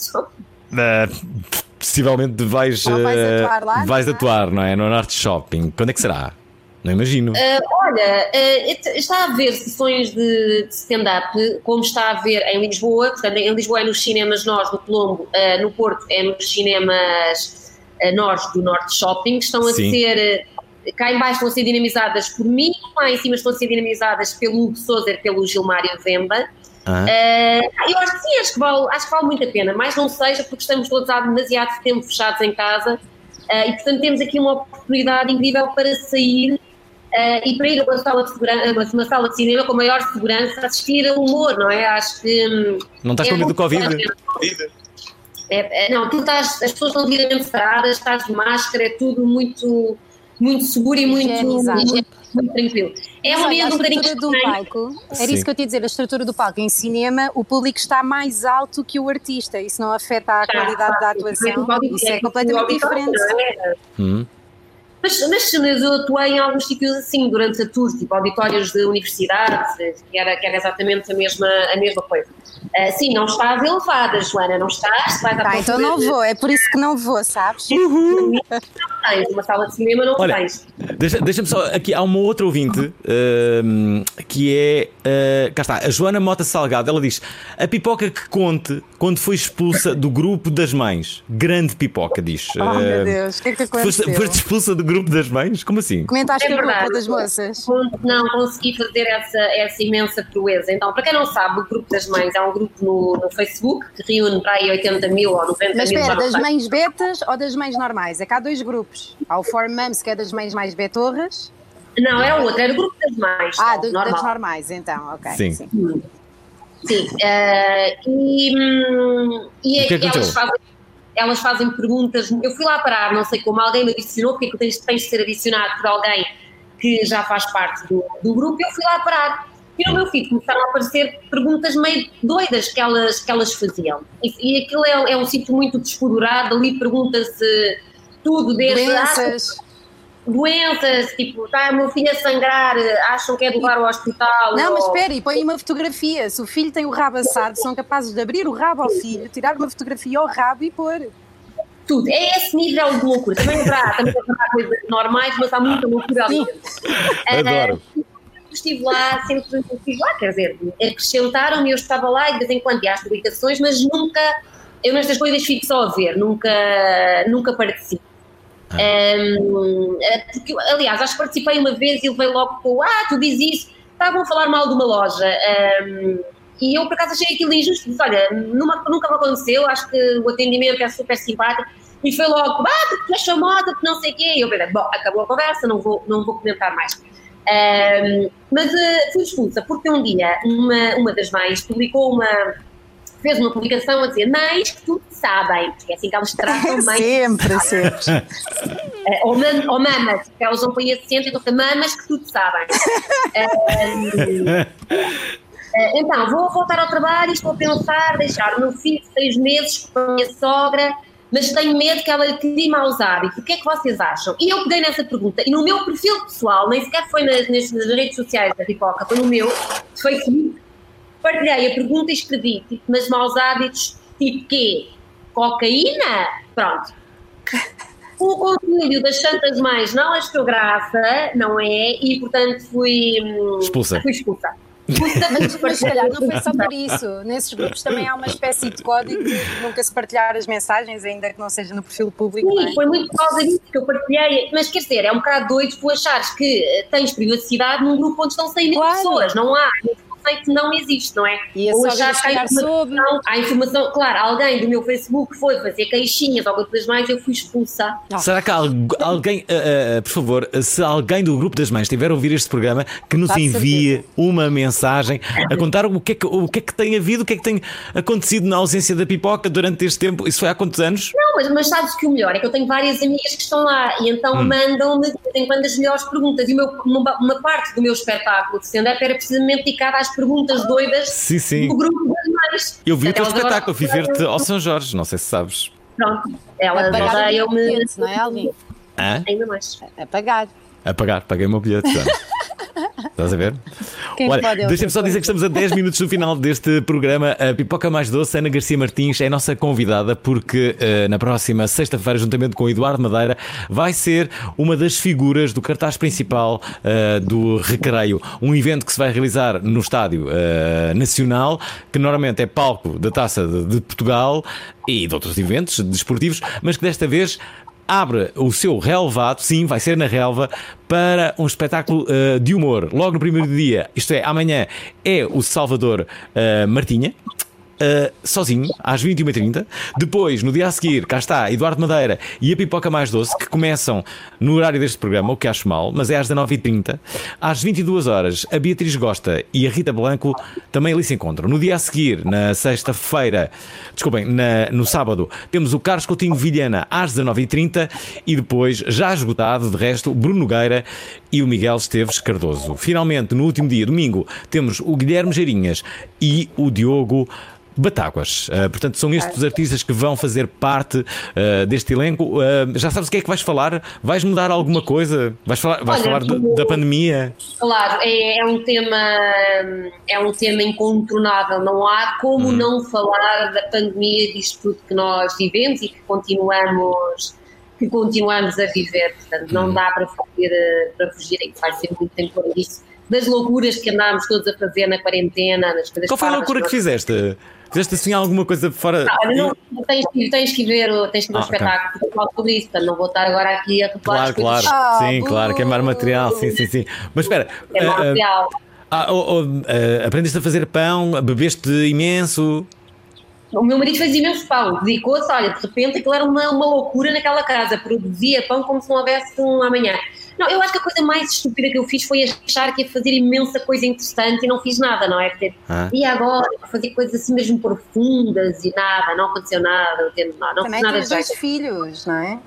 Uh, possivelmente vais, ou vais atuar lá, uh, vais atuar, não é? No Norte Shopping. Quando é que será? Não imagino. Uh, olha, uh, está a haver sessões de, de stand-up, como está a haver em Lisboa. Portanto, em Lisboa é nos cinemas Nós do Colombo, uh, no Porto é nos cinemas uh, Nós do Norte Shopping. Estão a Sim. ser, uh, cá em baixo estão a ser dinamizadas por mim, lá em cima estão a ser dinamizadas pelo Hugo Sousa e pelo Gilmário Vemba. Ah. Uh, eu acho que sim, acho que, vale, acho que vale muito a pena, mas não seja porque estamos todos há demasiado tempo fechados em casa uh, e portanto temos aqui uma oportunidade incrível para sair uh, e para ir a uma sala, de segurança, uma sala de cinema com maior segurança, assistir a humor, não é? Acho que... Um, não estás é com medo do Covid? É, é, não, tu estás, as pessoas estão devidamente separadas, estás de máscara, é tudo muito, muito seguro e muito, muito, muito tranquilo. É um ambiente um bocadinho do palco, era Sim. isso que eu te ia dizer, a estrutura do palco. Em cinema, o público está mais alto que o artista, isso não afeta a qualidade da atuação, isso é completamente diferente. Hum. Mas, mas eu atuei em alguns sítios assim durante a tour, tipo auditórios de universidades, que era, que era exatamente a mesma, a mesma coisa. Uh, sim, não estás elevada, Joana, não estás? Vais tá, então não vou, é por isso que não vou, sabes? Uhum. Não tens, uma sala de cinema não Olha, tens. Deixa, deixa-me só, aqui há uma outra ouvinte uh, que é, uh, cá está, a Joana Mota Salgado, ela diz: a pipoca que conte quando foi expulsa do grupo das mães. Grande pipoca, diz. Oh uh, meu Deus, o que é que aconteceu? Foste, foste expulsa do grupo das mães? Como assim? Comentaste é o verdade. grupo das moças? Não, consegui fazer essa, essa imensa proeza. Então, para quem não sabe, o grupo das mães é um grupo no, no Facebook que reúne para aí oitenta mil ou noventa Mas mil. espera, das mães betas ou das mães normais? É que há dois grupos. grupos. Há o For Moms, que é das mães mais betorras. Não, era outro, era o grupo das mães. Ah, só, do, normal. das normais, então, ok. Sim. sim. Sim, uh, e, hum, e O que é que elas, aconteceu? fazem, elas fazem perguntas. Eu fui lá parar, não sei como, alguém me adicionou, porque é que tens, tens de ser adicionado por alguém que já faz parte do, do grupo. Eu fui lá parar e no meu feed começaram a aparecer perguntas meio doidas que elas, que elas faziam. E, e aquilo é, é um sítio muito desfodorado, ali pergunta-se tudo, desde Doenças. Ah, doenças, tipo, está o meu filho a sangrar, acham que é de levar ao hospital. Não, mas ou... espera, e põe uma fotografia. Se o filho tem o rabo assado, são capazes de abrir o rabo ao filho, tirar uma fotografia ao rabo e pôr. Tudo, é esse nível de loucura. Também haverá, também haverá coisas normais, mas há muita loucura ali. Adoro. Uh, estive lá, sempre estive lá, quer dizer, acrescentaram-me, eu estava lá e de vez em quando ia às publicações, mas nunca, eu nestas coisas fico só a ver, nunca, nunca participo. Um, porque, aliás, acho que participei uma vez e ele veio logo com ah, tu dizes isso, estavam a falar mal de uma loja um, e eu por acaso achei aquilo injusto, disse, olha, numa, nunca me aconteceu, acho que o atendimento é super simpático e foi logo, ah, porque tu és famosa, que não sei o quê, e eu pensei, bom, acabou a conversa, não vou, não vou comentar mais. Um, mas uh, fui expulsa porque um dia uma, uma das mães publicou uma fez uma publicação a dizer mães que tudo sabem, porque é assim que elas tratam mães. Sempre, sempre. Uh, ou, mam, ou mamas, porque elas vão para esse centro e então mamas que tudo sabem. Uh, uh, então, vou voltar ao trabalho e estou a pensar deixar o meu filho de seis meses com a minha sogra, mas tenho medo que ela crie maus hábitos. O que é que vocês acham? E eu peguei nessa pergunta e no meu perfil pessoal, nem sequer foi nas, nas, nas redes sociais da Pipoca, foi no meu Facebook, partilhei a pergunta e escrevi, tipo, mas maus hábitos, tipo quê? Cocaína? Pronto. O conselho das santas mães não achou graça, não é? E, portanto, fui expulsa. Fui expulsa. Mas, mas se calhar não foi só por isso. Nesses grupos também há uma espécie de código de nunca se partilhar as mensagens, ainda que não seja no perfil público. Sim, não é? foi muito por causa disso que eu partilhei. Mas quer dizer, é um bocado doido tu achares que tens privacidade num grupo onde estão cem mil Claro. pessoas. Não há. Conceito não existe, não é? E ou só achar que há informação, há informação, claro, alguém do meu Facebook foi fazer queixinhas ou outras mais, eu fui expulsa. Será que há algu- alguém, uh, uh, por favor, se alguém do grupo das mães estiver a ouvir este programa, que nos Faça envie certeza. uma mensagem a contar o que, é que, o que é que tem havido, o que é que tem acontecido na ausência da Pipoca durante este tempo? Isso foi há quantos anos? Não, mas, mas sabes que o melhor é que eu tenho várias amigas que estão lá e então Hum. mandam-me de vez em quando as melhores perguntas. E o meu, uma, uma parte do meu espetáculo de stand-up era precisamente dedicada às perguntas doidas Sim, sim. do grupo das mães. Eu vi o teu Portanto, elas espetáculo, fui agora- ver-te ao São Jorge, não sei se sabes. Pronto, elas Apagar o odeiam-me bilhete, não é, Alvin? Hã? ainda mais. Apagar. A pagar, paguei o meu bilhete. já. Estás a ver? Quem Olha, pode é deixa-me outra só dizer que estamos a dez minutos do final deste programa. A Pipoca Mais Doce, Ana Garcia Martins, é a nossa convidada porque uh, na próxima sexta-feira, juntamente com o Eduardo Madeira, vai ser uma das figuras do cartaz principal uh, do Recreio. Um evento que se vai realizar no Estádio uh, Nacional, que normalmente é palco da Taça de, de Portugal e de outros eventos desportivos, mas que desta vez abre o seu relevado, sim, vai ser na relva, para um espetáculo uh, de humor. Logo no primeiro dia, isto é, amanhã, é o Salvador uh, Martinha. Uh, sozinho, às vinte e uma e trinta. Depois, no dia a seguir, cá está Eduardo Madeira e a Pipoca Mais Doce, que começam no horário deste programa, o que acho mal, mas é às dezenove e trinta. Às vinte e duas horas, a Beatriz Gosta e a Rita Blanco também ali se encontram. No dia a seguir, na sexta-feira, desculpem, na, no sábado, temos o Carlos Coutinho Vilhena às dezenove e trinta e depois, já esgotado, de resto, o Bruno Nogueira e o Miguel Esteves Cardoso. Finalmente, no último dia, domingo, temos o Guilherme Geirinhas e o Diogo Batáguas. Uh, portanto, são estes os artistas que vão fazer parte uh, deste elenco. Uh, já sabes o que é que vais falar? Vais mudar alguma coisa? Vais falar, vais Olha, falar de- como- da pandemia? Claro, é, é um tema é um tema incontornável, não há como não falar da pandemia, disto tudo que nós vivemos e que continuamos que continuamos a viver, portanto não dá para fugir, eh, para fugir, e que vai ser muito tempo por isso, das loucuras que andámos todos a fazer na quarentena, nas coisas Qual foi a parvas loucura que nós- fizeste? Fizeste assim alguma coisa fora? Ah, olha, não, tens, que- tens que ver, o- tens que ver Ah, o ok. espetáculo, porque eu falo sobre isso, portanto não vou estar agora aqui a revelar Claro, as coisas. claro. Sim, claro, queimar material. Sim, sim, sim. Mas espera. É uh, uh, material. ah, oh, oh, uh, aprendeste a fazer pão? Bebeste imenso? O meu marido fez imenso pão, dedicou-se, olha, de repente aquilo era uma, uma loucura naquela casa, produzia pão como se não houvesse um amanhã. Não, eu acho que a coisa mais estúpida que eu fiz foi achar que ia fazer imensa coisa interessante e não fiz nada, não é? Porque, Ah. e agora, fazer coisas assim mesmo profundas e nada, não aconteceu nada, não, teve nada, não Também fiz nada tens de dois jeito. filhos, não é?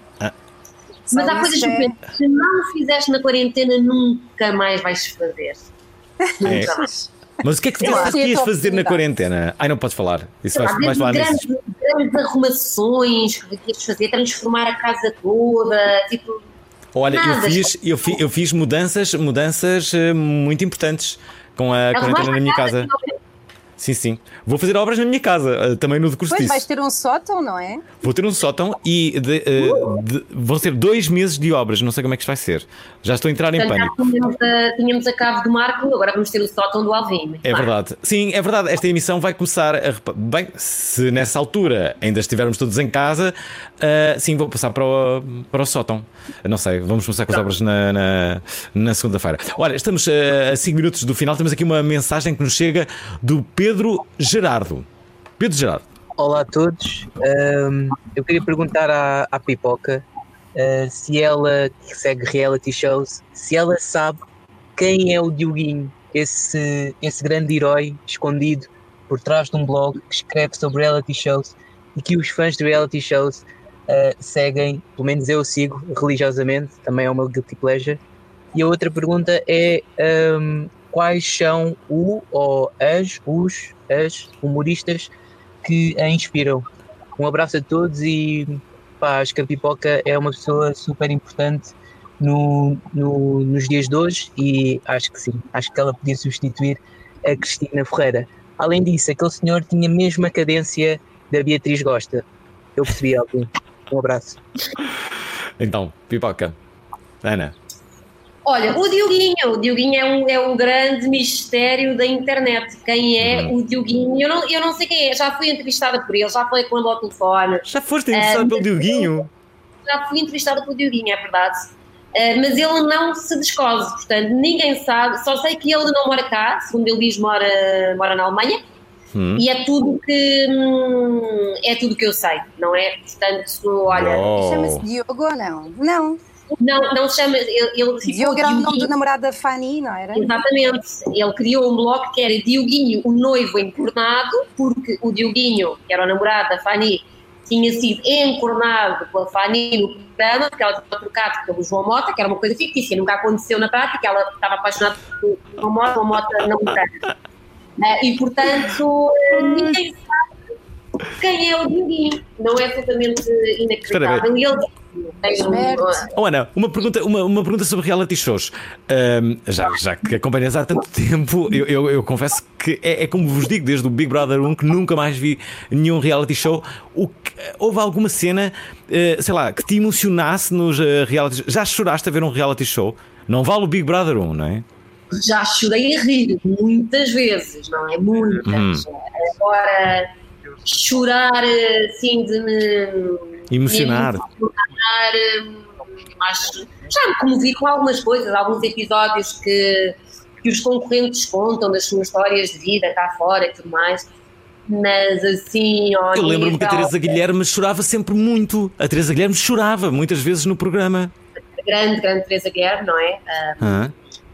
Mas Só há coisas isso é- estupendas que não fizeste na quarentena, nunca mais vais fazer. Nunca É. mais. Mas o que é que tu Eu pensas acho que que ias é fazer na oportunidade. quarentena? Ai, não podes falar. Isso Sei lá, vais, vais falar desde nisso. grandes, grandes arrumações que queres fazer, transformar a casa toda, tipo. Olha, eu nada, fiz, eu, fi, eu fiz mudanças, mudanças eh, muito importantes com a Arrumaste quarentena na a minha casa, casa. Sim, sim. Vou fazer obras na minha casa, eh, também no decurso Pois disso. vais ter um sótão, não é? Vou ter um sótão e de- eh, de- vão ser dois meses de obras. Não sei como é que isto vai ser. Já estou a entrar em Portanto, já pânico. tínhamos a, tínhamos a cave do Marco, agora vamos ter o sótão do Alvim. muito É bem. verdade. Sim, é verdade. Esta emissão vai começar a... repa- Bem, se nessa altura ainda estivermos todos em casa, ah, sim, vou passar para o, para o sótão. Não sei, vamos começar com as obras na, na, na segunda-feira. Olha, estamos ah, a cinco minutos do final. Temos aqui uma mensagem que nos chega do Pedro Gerardo. Pedro Gerardo. Olá a todos. Ahm, eu queria perguntar à, à Pipoca ah, se ela, que segue reality shows, se ela sabe quem é o Dioguinho, esse, esse grande herói escondido por trás de um blog que escreve sobre reality shows e que os fãs de reality shows ah, seguem, pelo menos eu sigo religiosamente, também é o meu guilty pleasure. E a outra pergunta é ahm, quais são o ou as, os, as humoristas que a inspiram. Um abraço a todos e pá, acho que a Pipoca é uma pessoa super importante no, no, nos dias de hoje e acho que sim, acho que ela podia substituir a Cristina Ferreira. Além disso, aquele senhor tinha mesmo a cadência da Beatriz Gosta. Eu percebi algo. Um abraço. Então, Pipoca. Ana. Olha, o Dioguinho, o Dioguinho é um, é um grande mistério da internet. Quem é Uhum. o Dioguinho? Eu não, eu não sei quem é, já fui entrevistada por ele, já falei com ele ao telefone. Já foste entrevistada Ah, pelo Dioguinho? Já fui entrevistada pelo Dioguinho, é verdade. Ah, mas ele não se descose, portanto, ninguém sabe. Só sei que ele não mora cá, segundo ele diz, mora, mora na Alemanha. Hum. E é tudo que hum, é tudo que eu sei, não é? Portanto, olha. Oh. Chama-se Diogo ou não? Não. Não, não se chama. Ele, ele ficou Diogo era o nome Dioguinho. do namorado da Fanny, não era? Exatamente. Ele criou um blog que era Dioguinho, o noivo encornado, porque o Dioguinho, que era o namorado da Fanny, tinha sido encornado pela Fanny no programa, porque ela tinha trocado pelo João Mota, que era uma coisa fictícia, nunca aconteceu na prática, ela estava apaixonada pelo João Mota, o João Mota não tanto. Eh, E, portanto, eh, ninguém sabe quem é o Dioguinho. Não é absolutamente inacreditável. E ele tem um, Oh, Ana, uma pergunta, uma, uma pergunta sobre reality shows. Ahm, já, já que acompanhas há tanto tempo, eu, eu, eu confesso que é, é como vos digo, desde o Big Brother um, que nunca mais vi nenhum reality show. O que, houve alguma cena, eh, sei lá, que te emocionasse nos eh, reality shows? Já choraste a ver um reality show? Não vale o Big Brother um, não é? já chorei a rir muitas vezes, não é? Muitas. Uhum. Agora, chorar assim de me Emocionar. me emocionar, hum, acho, já me comovi com algumas coisas, alguns episódios que, que os concorrentes contam das suas histórias de vida cá fora e tudo mais. Mas assim, olha. Eu lembro-me que a Teresa Guilherme chorava sempre muito. A Teresa Guilherme chorava muitas vezes no programa. Grande, grande Teresa Guilherme, não é? Ah, Ah.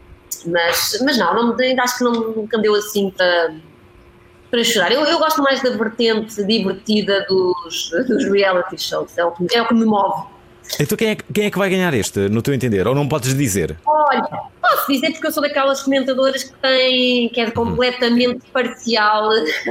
Mas, mas não, não, ainda acho que não, nunca me deu assim para, para chorar. Eu, eu gosto mais da vertente divertida dos, dos reality shows, é o, que, é o que me move. Então quem é, que- quem é que vai ganhar este, no teu entender? Ou não podes dizer? Olha, posso dizer porque eu sou daquelas comentadoras que têm, que é completamente parcial,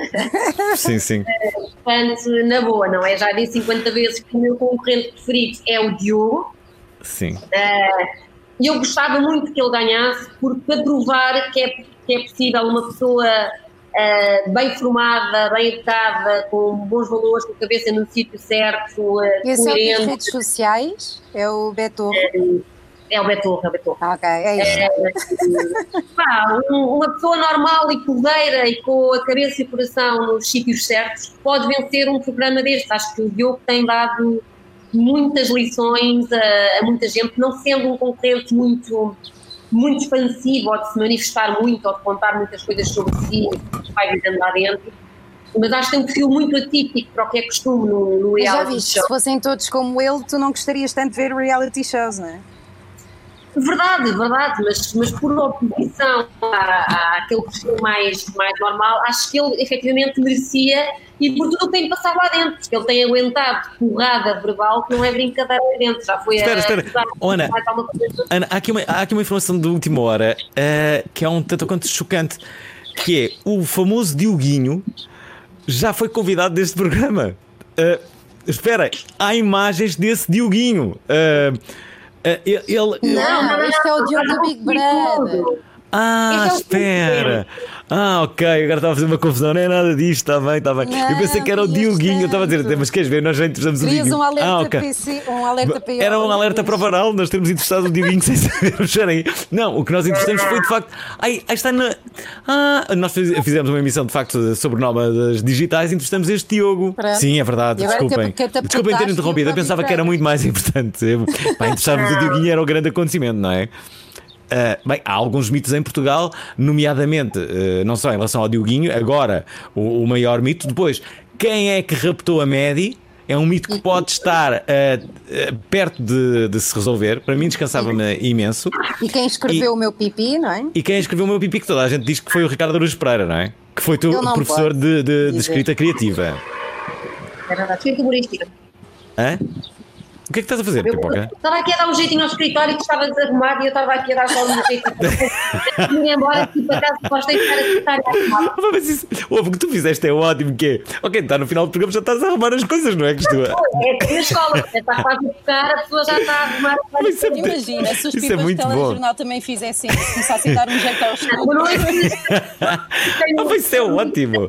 Sim, sim. portanto, na boa, não é? Já disse cinquenta vezes que o meu concorrente preferido é o Diogo. Sim. Uh, E eu gostava muito que ele ganhasse, porque para provar que é, que é possível uma pessoa uh, bem formada, bem educada, com bons valores, com a cabeça no sítio certo, uh, Esse é o das coerente. redes sociais? É o Beto? É o Beto, é o Beto. Ok, é isso. Pá, um- uma pessoa normal e cordeira e com a cabeça e o coração nos sítios certos pode vencer um programa destes. Acho que o Diogo tem dado muitas lições a, a muita gente, não sendo um concorrente muito, muito expansivo ou de se manifestar muito ou de contar muitas coisas sobre si, que vai vivendo lá dentro. mas acho que tem um perfil muito atípico para o que é costume no, no Mas já reality viste, show. se fossem todos como ele, tu não gostarias tanto de ver reality shows, não é? Verdade, verdade, mas, mas por oposição à, àquele perfil mais, mais normal, acho que ele efetivamente merecia, e por tudo o que tem passado lá dentro, porque ele tem aguentado porrada verbal que não é brincadeira lá dentro, já foi Espera, a... espera. Oh, Ana, Ana, há aqui uma, há aqui uma informação de última hora uh, que é um tanto quanto chocante, que é o famoso Dioguinho já foi convidado deste programa. Uh, espera, há imagens desse Dioguinho. Uh, Uh, ele, ele, não, não, este é o Diogo do Big Brother. Ah, espera. Ah, ok, agora estava a fazer uma confusão. Não é nada disto, está bem, está bem. Não, eu pensei que era o Dioguinho. Eu estava a dizer, mas queres ver? Nós já entrevistamos o Dioguinho. Um alerta ah, okay. P C, um alerta P O. Era um alerta para o varal. Nós temos entrevistado o Dioguinho sem saber o xerém. Não, o que nós entrevistamos foi de facto. Ai, aí está na. Ah, nós fizemos uma emissão de facto sobre nómadas digitais e entrevistamos este Diogo. Pronto. Sim, é verdade. Desculpem. Desculpem ter interrompido. Eu pensava que era muito mais importante. Para entrevistarmos o Dioguinho era o grande acontecimento, não é? Uh, bem, há alguns mitos em Portugal, nomeadamente, uh, não só em relação ao Dioguinho, agora o, o maior mito. Depois, quem é que raptou a Maddie? É um mito que pode estar uh, uh, perto de, de se resolver. Para mim, descansava-me imenso. E quem escreveu e, o meu pipi, não é? E quem escreveu o meu pipi, que toda a gente diz que foi o Ricardo Araújo Pereira, não é? Que foi tu, professor de, de, de escrita criativa. É verdade, escrita humorística. Hã? O que é que estás a fazer, Pipoca? Estava aqui a dar um jeitinho ao escritório que estava desarrumado e eu estava aqui a dar só um jeitinho. Ir embora, tipo, a casa depois tem que estar a secretária arrumada. Mas isso, o que tu fizeste é ótimo, que é, ok, está no final do programa, já estás a arrumar as coisas, não é? Que isto... É que na escola, está quase a tocar, a pessoa já está a arrumar. Mas é, imagina, se os pipas do telejornal também fizessem isso, começassem a dar um jeito aos estudos. Mas isso é ótimo.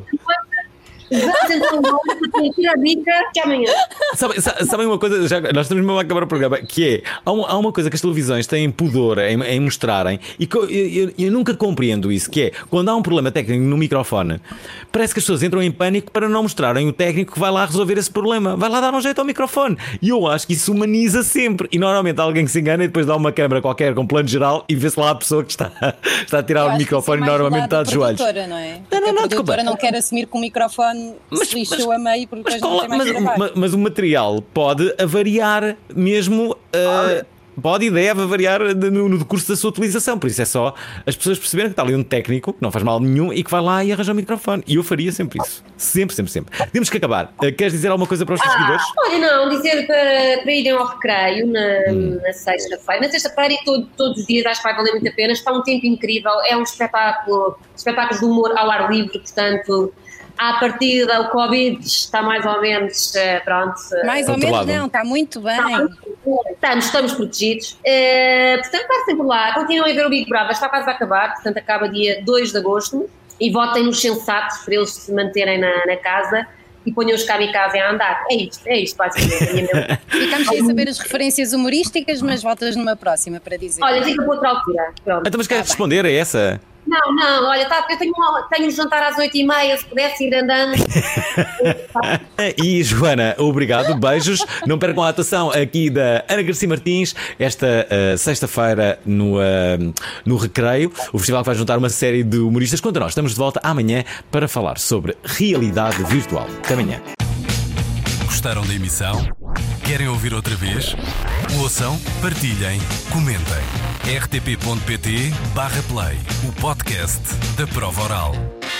Sabem sabe uma coisa, já, nós estamos mesmo a acabar o programa, que é, há, um, há uma coisa que as televisões têm pudor em, em mostrarem, e que eu, eu, eu nunca compreendo isso, que é, quando há um problema técnico no microfone, parece que as pessoas entram em pânico para não mostrarem o técnico que vai lá resolver esse problema, vai lá dar um jeito ao microfone, e eu acho que isso humaniza sempre, e normalmente alguém que se engana e depois dá uma câmera qualquer com plano geral e vê-se lá a pessoa que está, está a tirar o microfone e normalmente está de joelhos. Não é? Não, não, não, a produtora não quer assumir que o microfone mas, se lixou mas, a meio porque depois não tem mais mas, mas, mas o material pode avariar mesmo, uh, pode e deve avariar no, no decurso da sua utilização. Por isso é só as pessoas perceberem que está ali um técnico que não faz mal nenhum e que vai lá e arranja o microfone. E eu faria sempre isso. Sempre, sempre, sempre. Temos que acabar. Uh, queres dizer alguma coisa para os teus ah, seguidores? Olha, não, dizer para, para irem ao recreio na, hum. na sexta-feira. Na sexta-feira e todo, todos os dias acho que vai valer muito a pena. Está um tempo incrível. É um espetáculo, espetáculos de humor ao ar livre, portanto... À partida, o Covid está mais ou menos, pronto... Mais ou menos não, está muito bem. Estamos, estamos protegidos. Uh, portanto, passem por lá, continuem a ver o Big Brother, está quase a acabar, portanto acaba dia dois de agosto, e votem nos sensatos para eles se manterem na, na casa e ponham os kamikaze a andar. É isto, é isto basicamente. Ficamos sem saber as referências humorísticas, mas voltas numa próxima para dizer. Olha, fica para outra altura. Pronto. Então, mas queres responder a essa? Não, não, olha, tá, eu tenho, tenho um jantar às oito e meia, se pudesse ir andando. E Joana, obrigado, beijos. Não percam a atuação aqui da Ana Garcia Martins esta uh, sexta-feira no, uh, no Recreio. O festival vai juntar uma série de humoristas contra nós. Estamos de volta amanhã para falar sobre realidade virtual. Até amanhã. Gostaram da emissão? Querem ouvir outra vez? Ouçam, partilhem, comentem. r t p ponto p t barra play, o podcast da Prova Oral.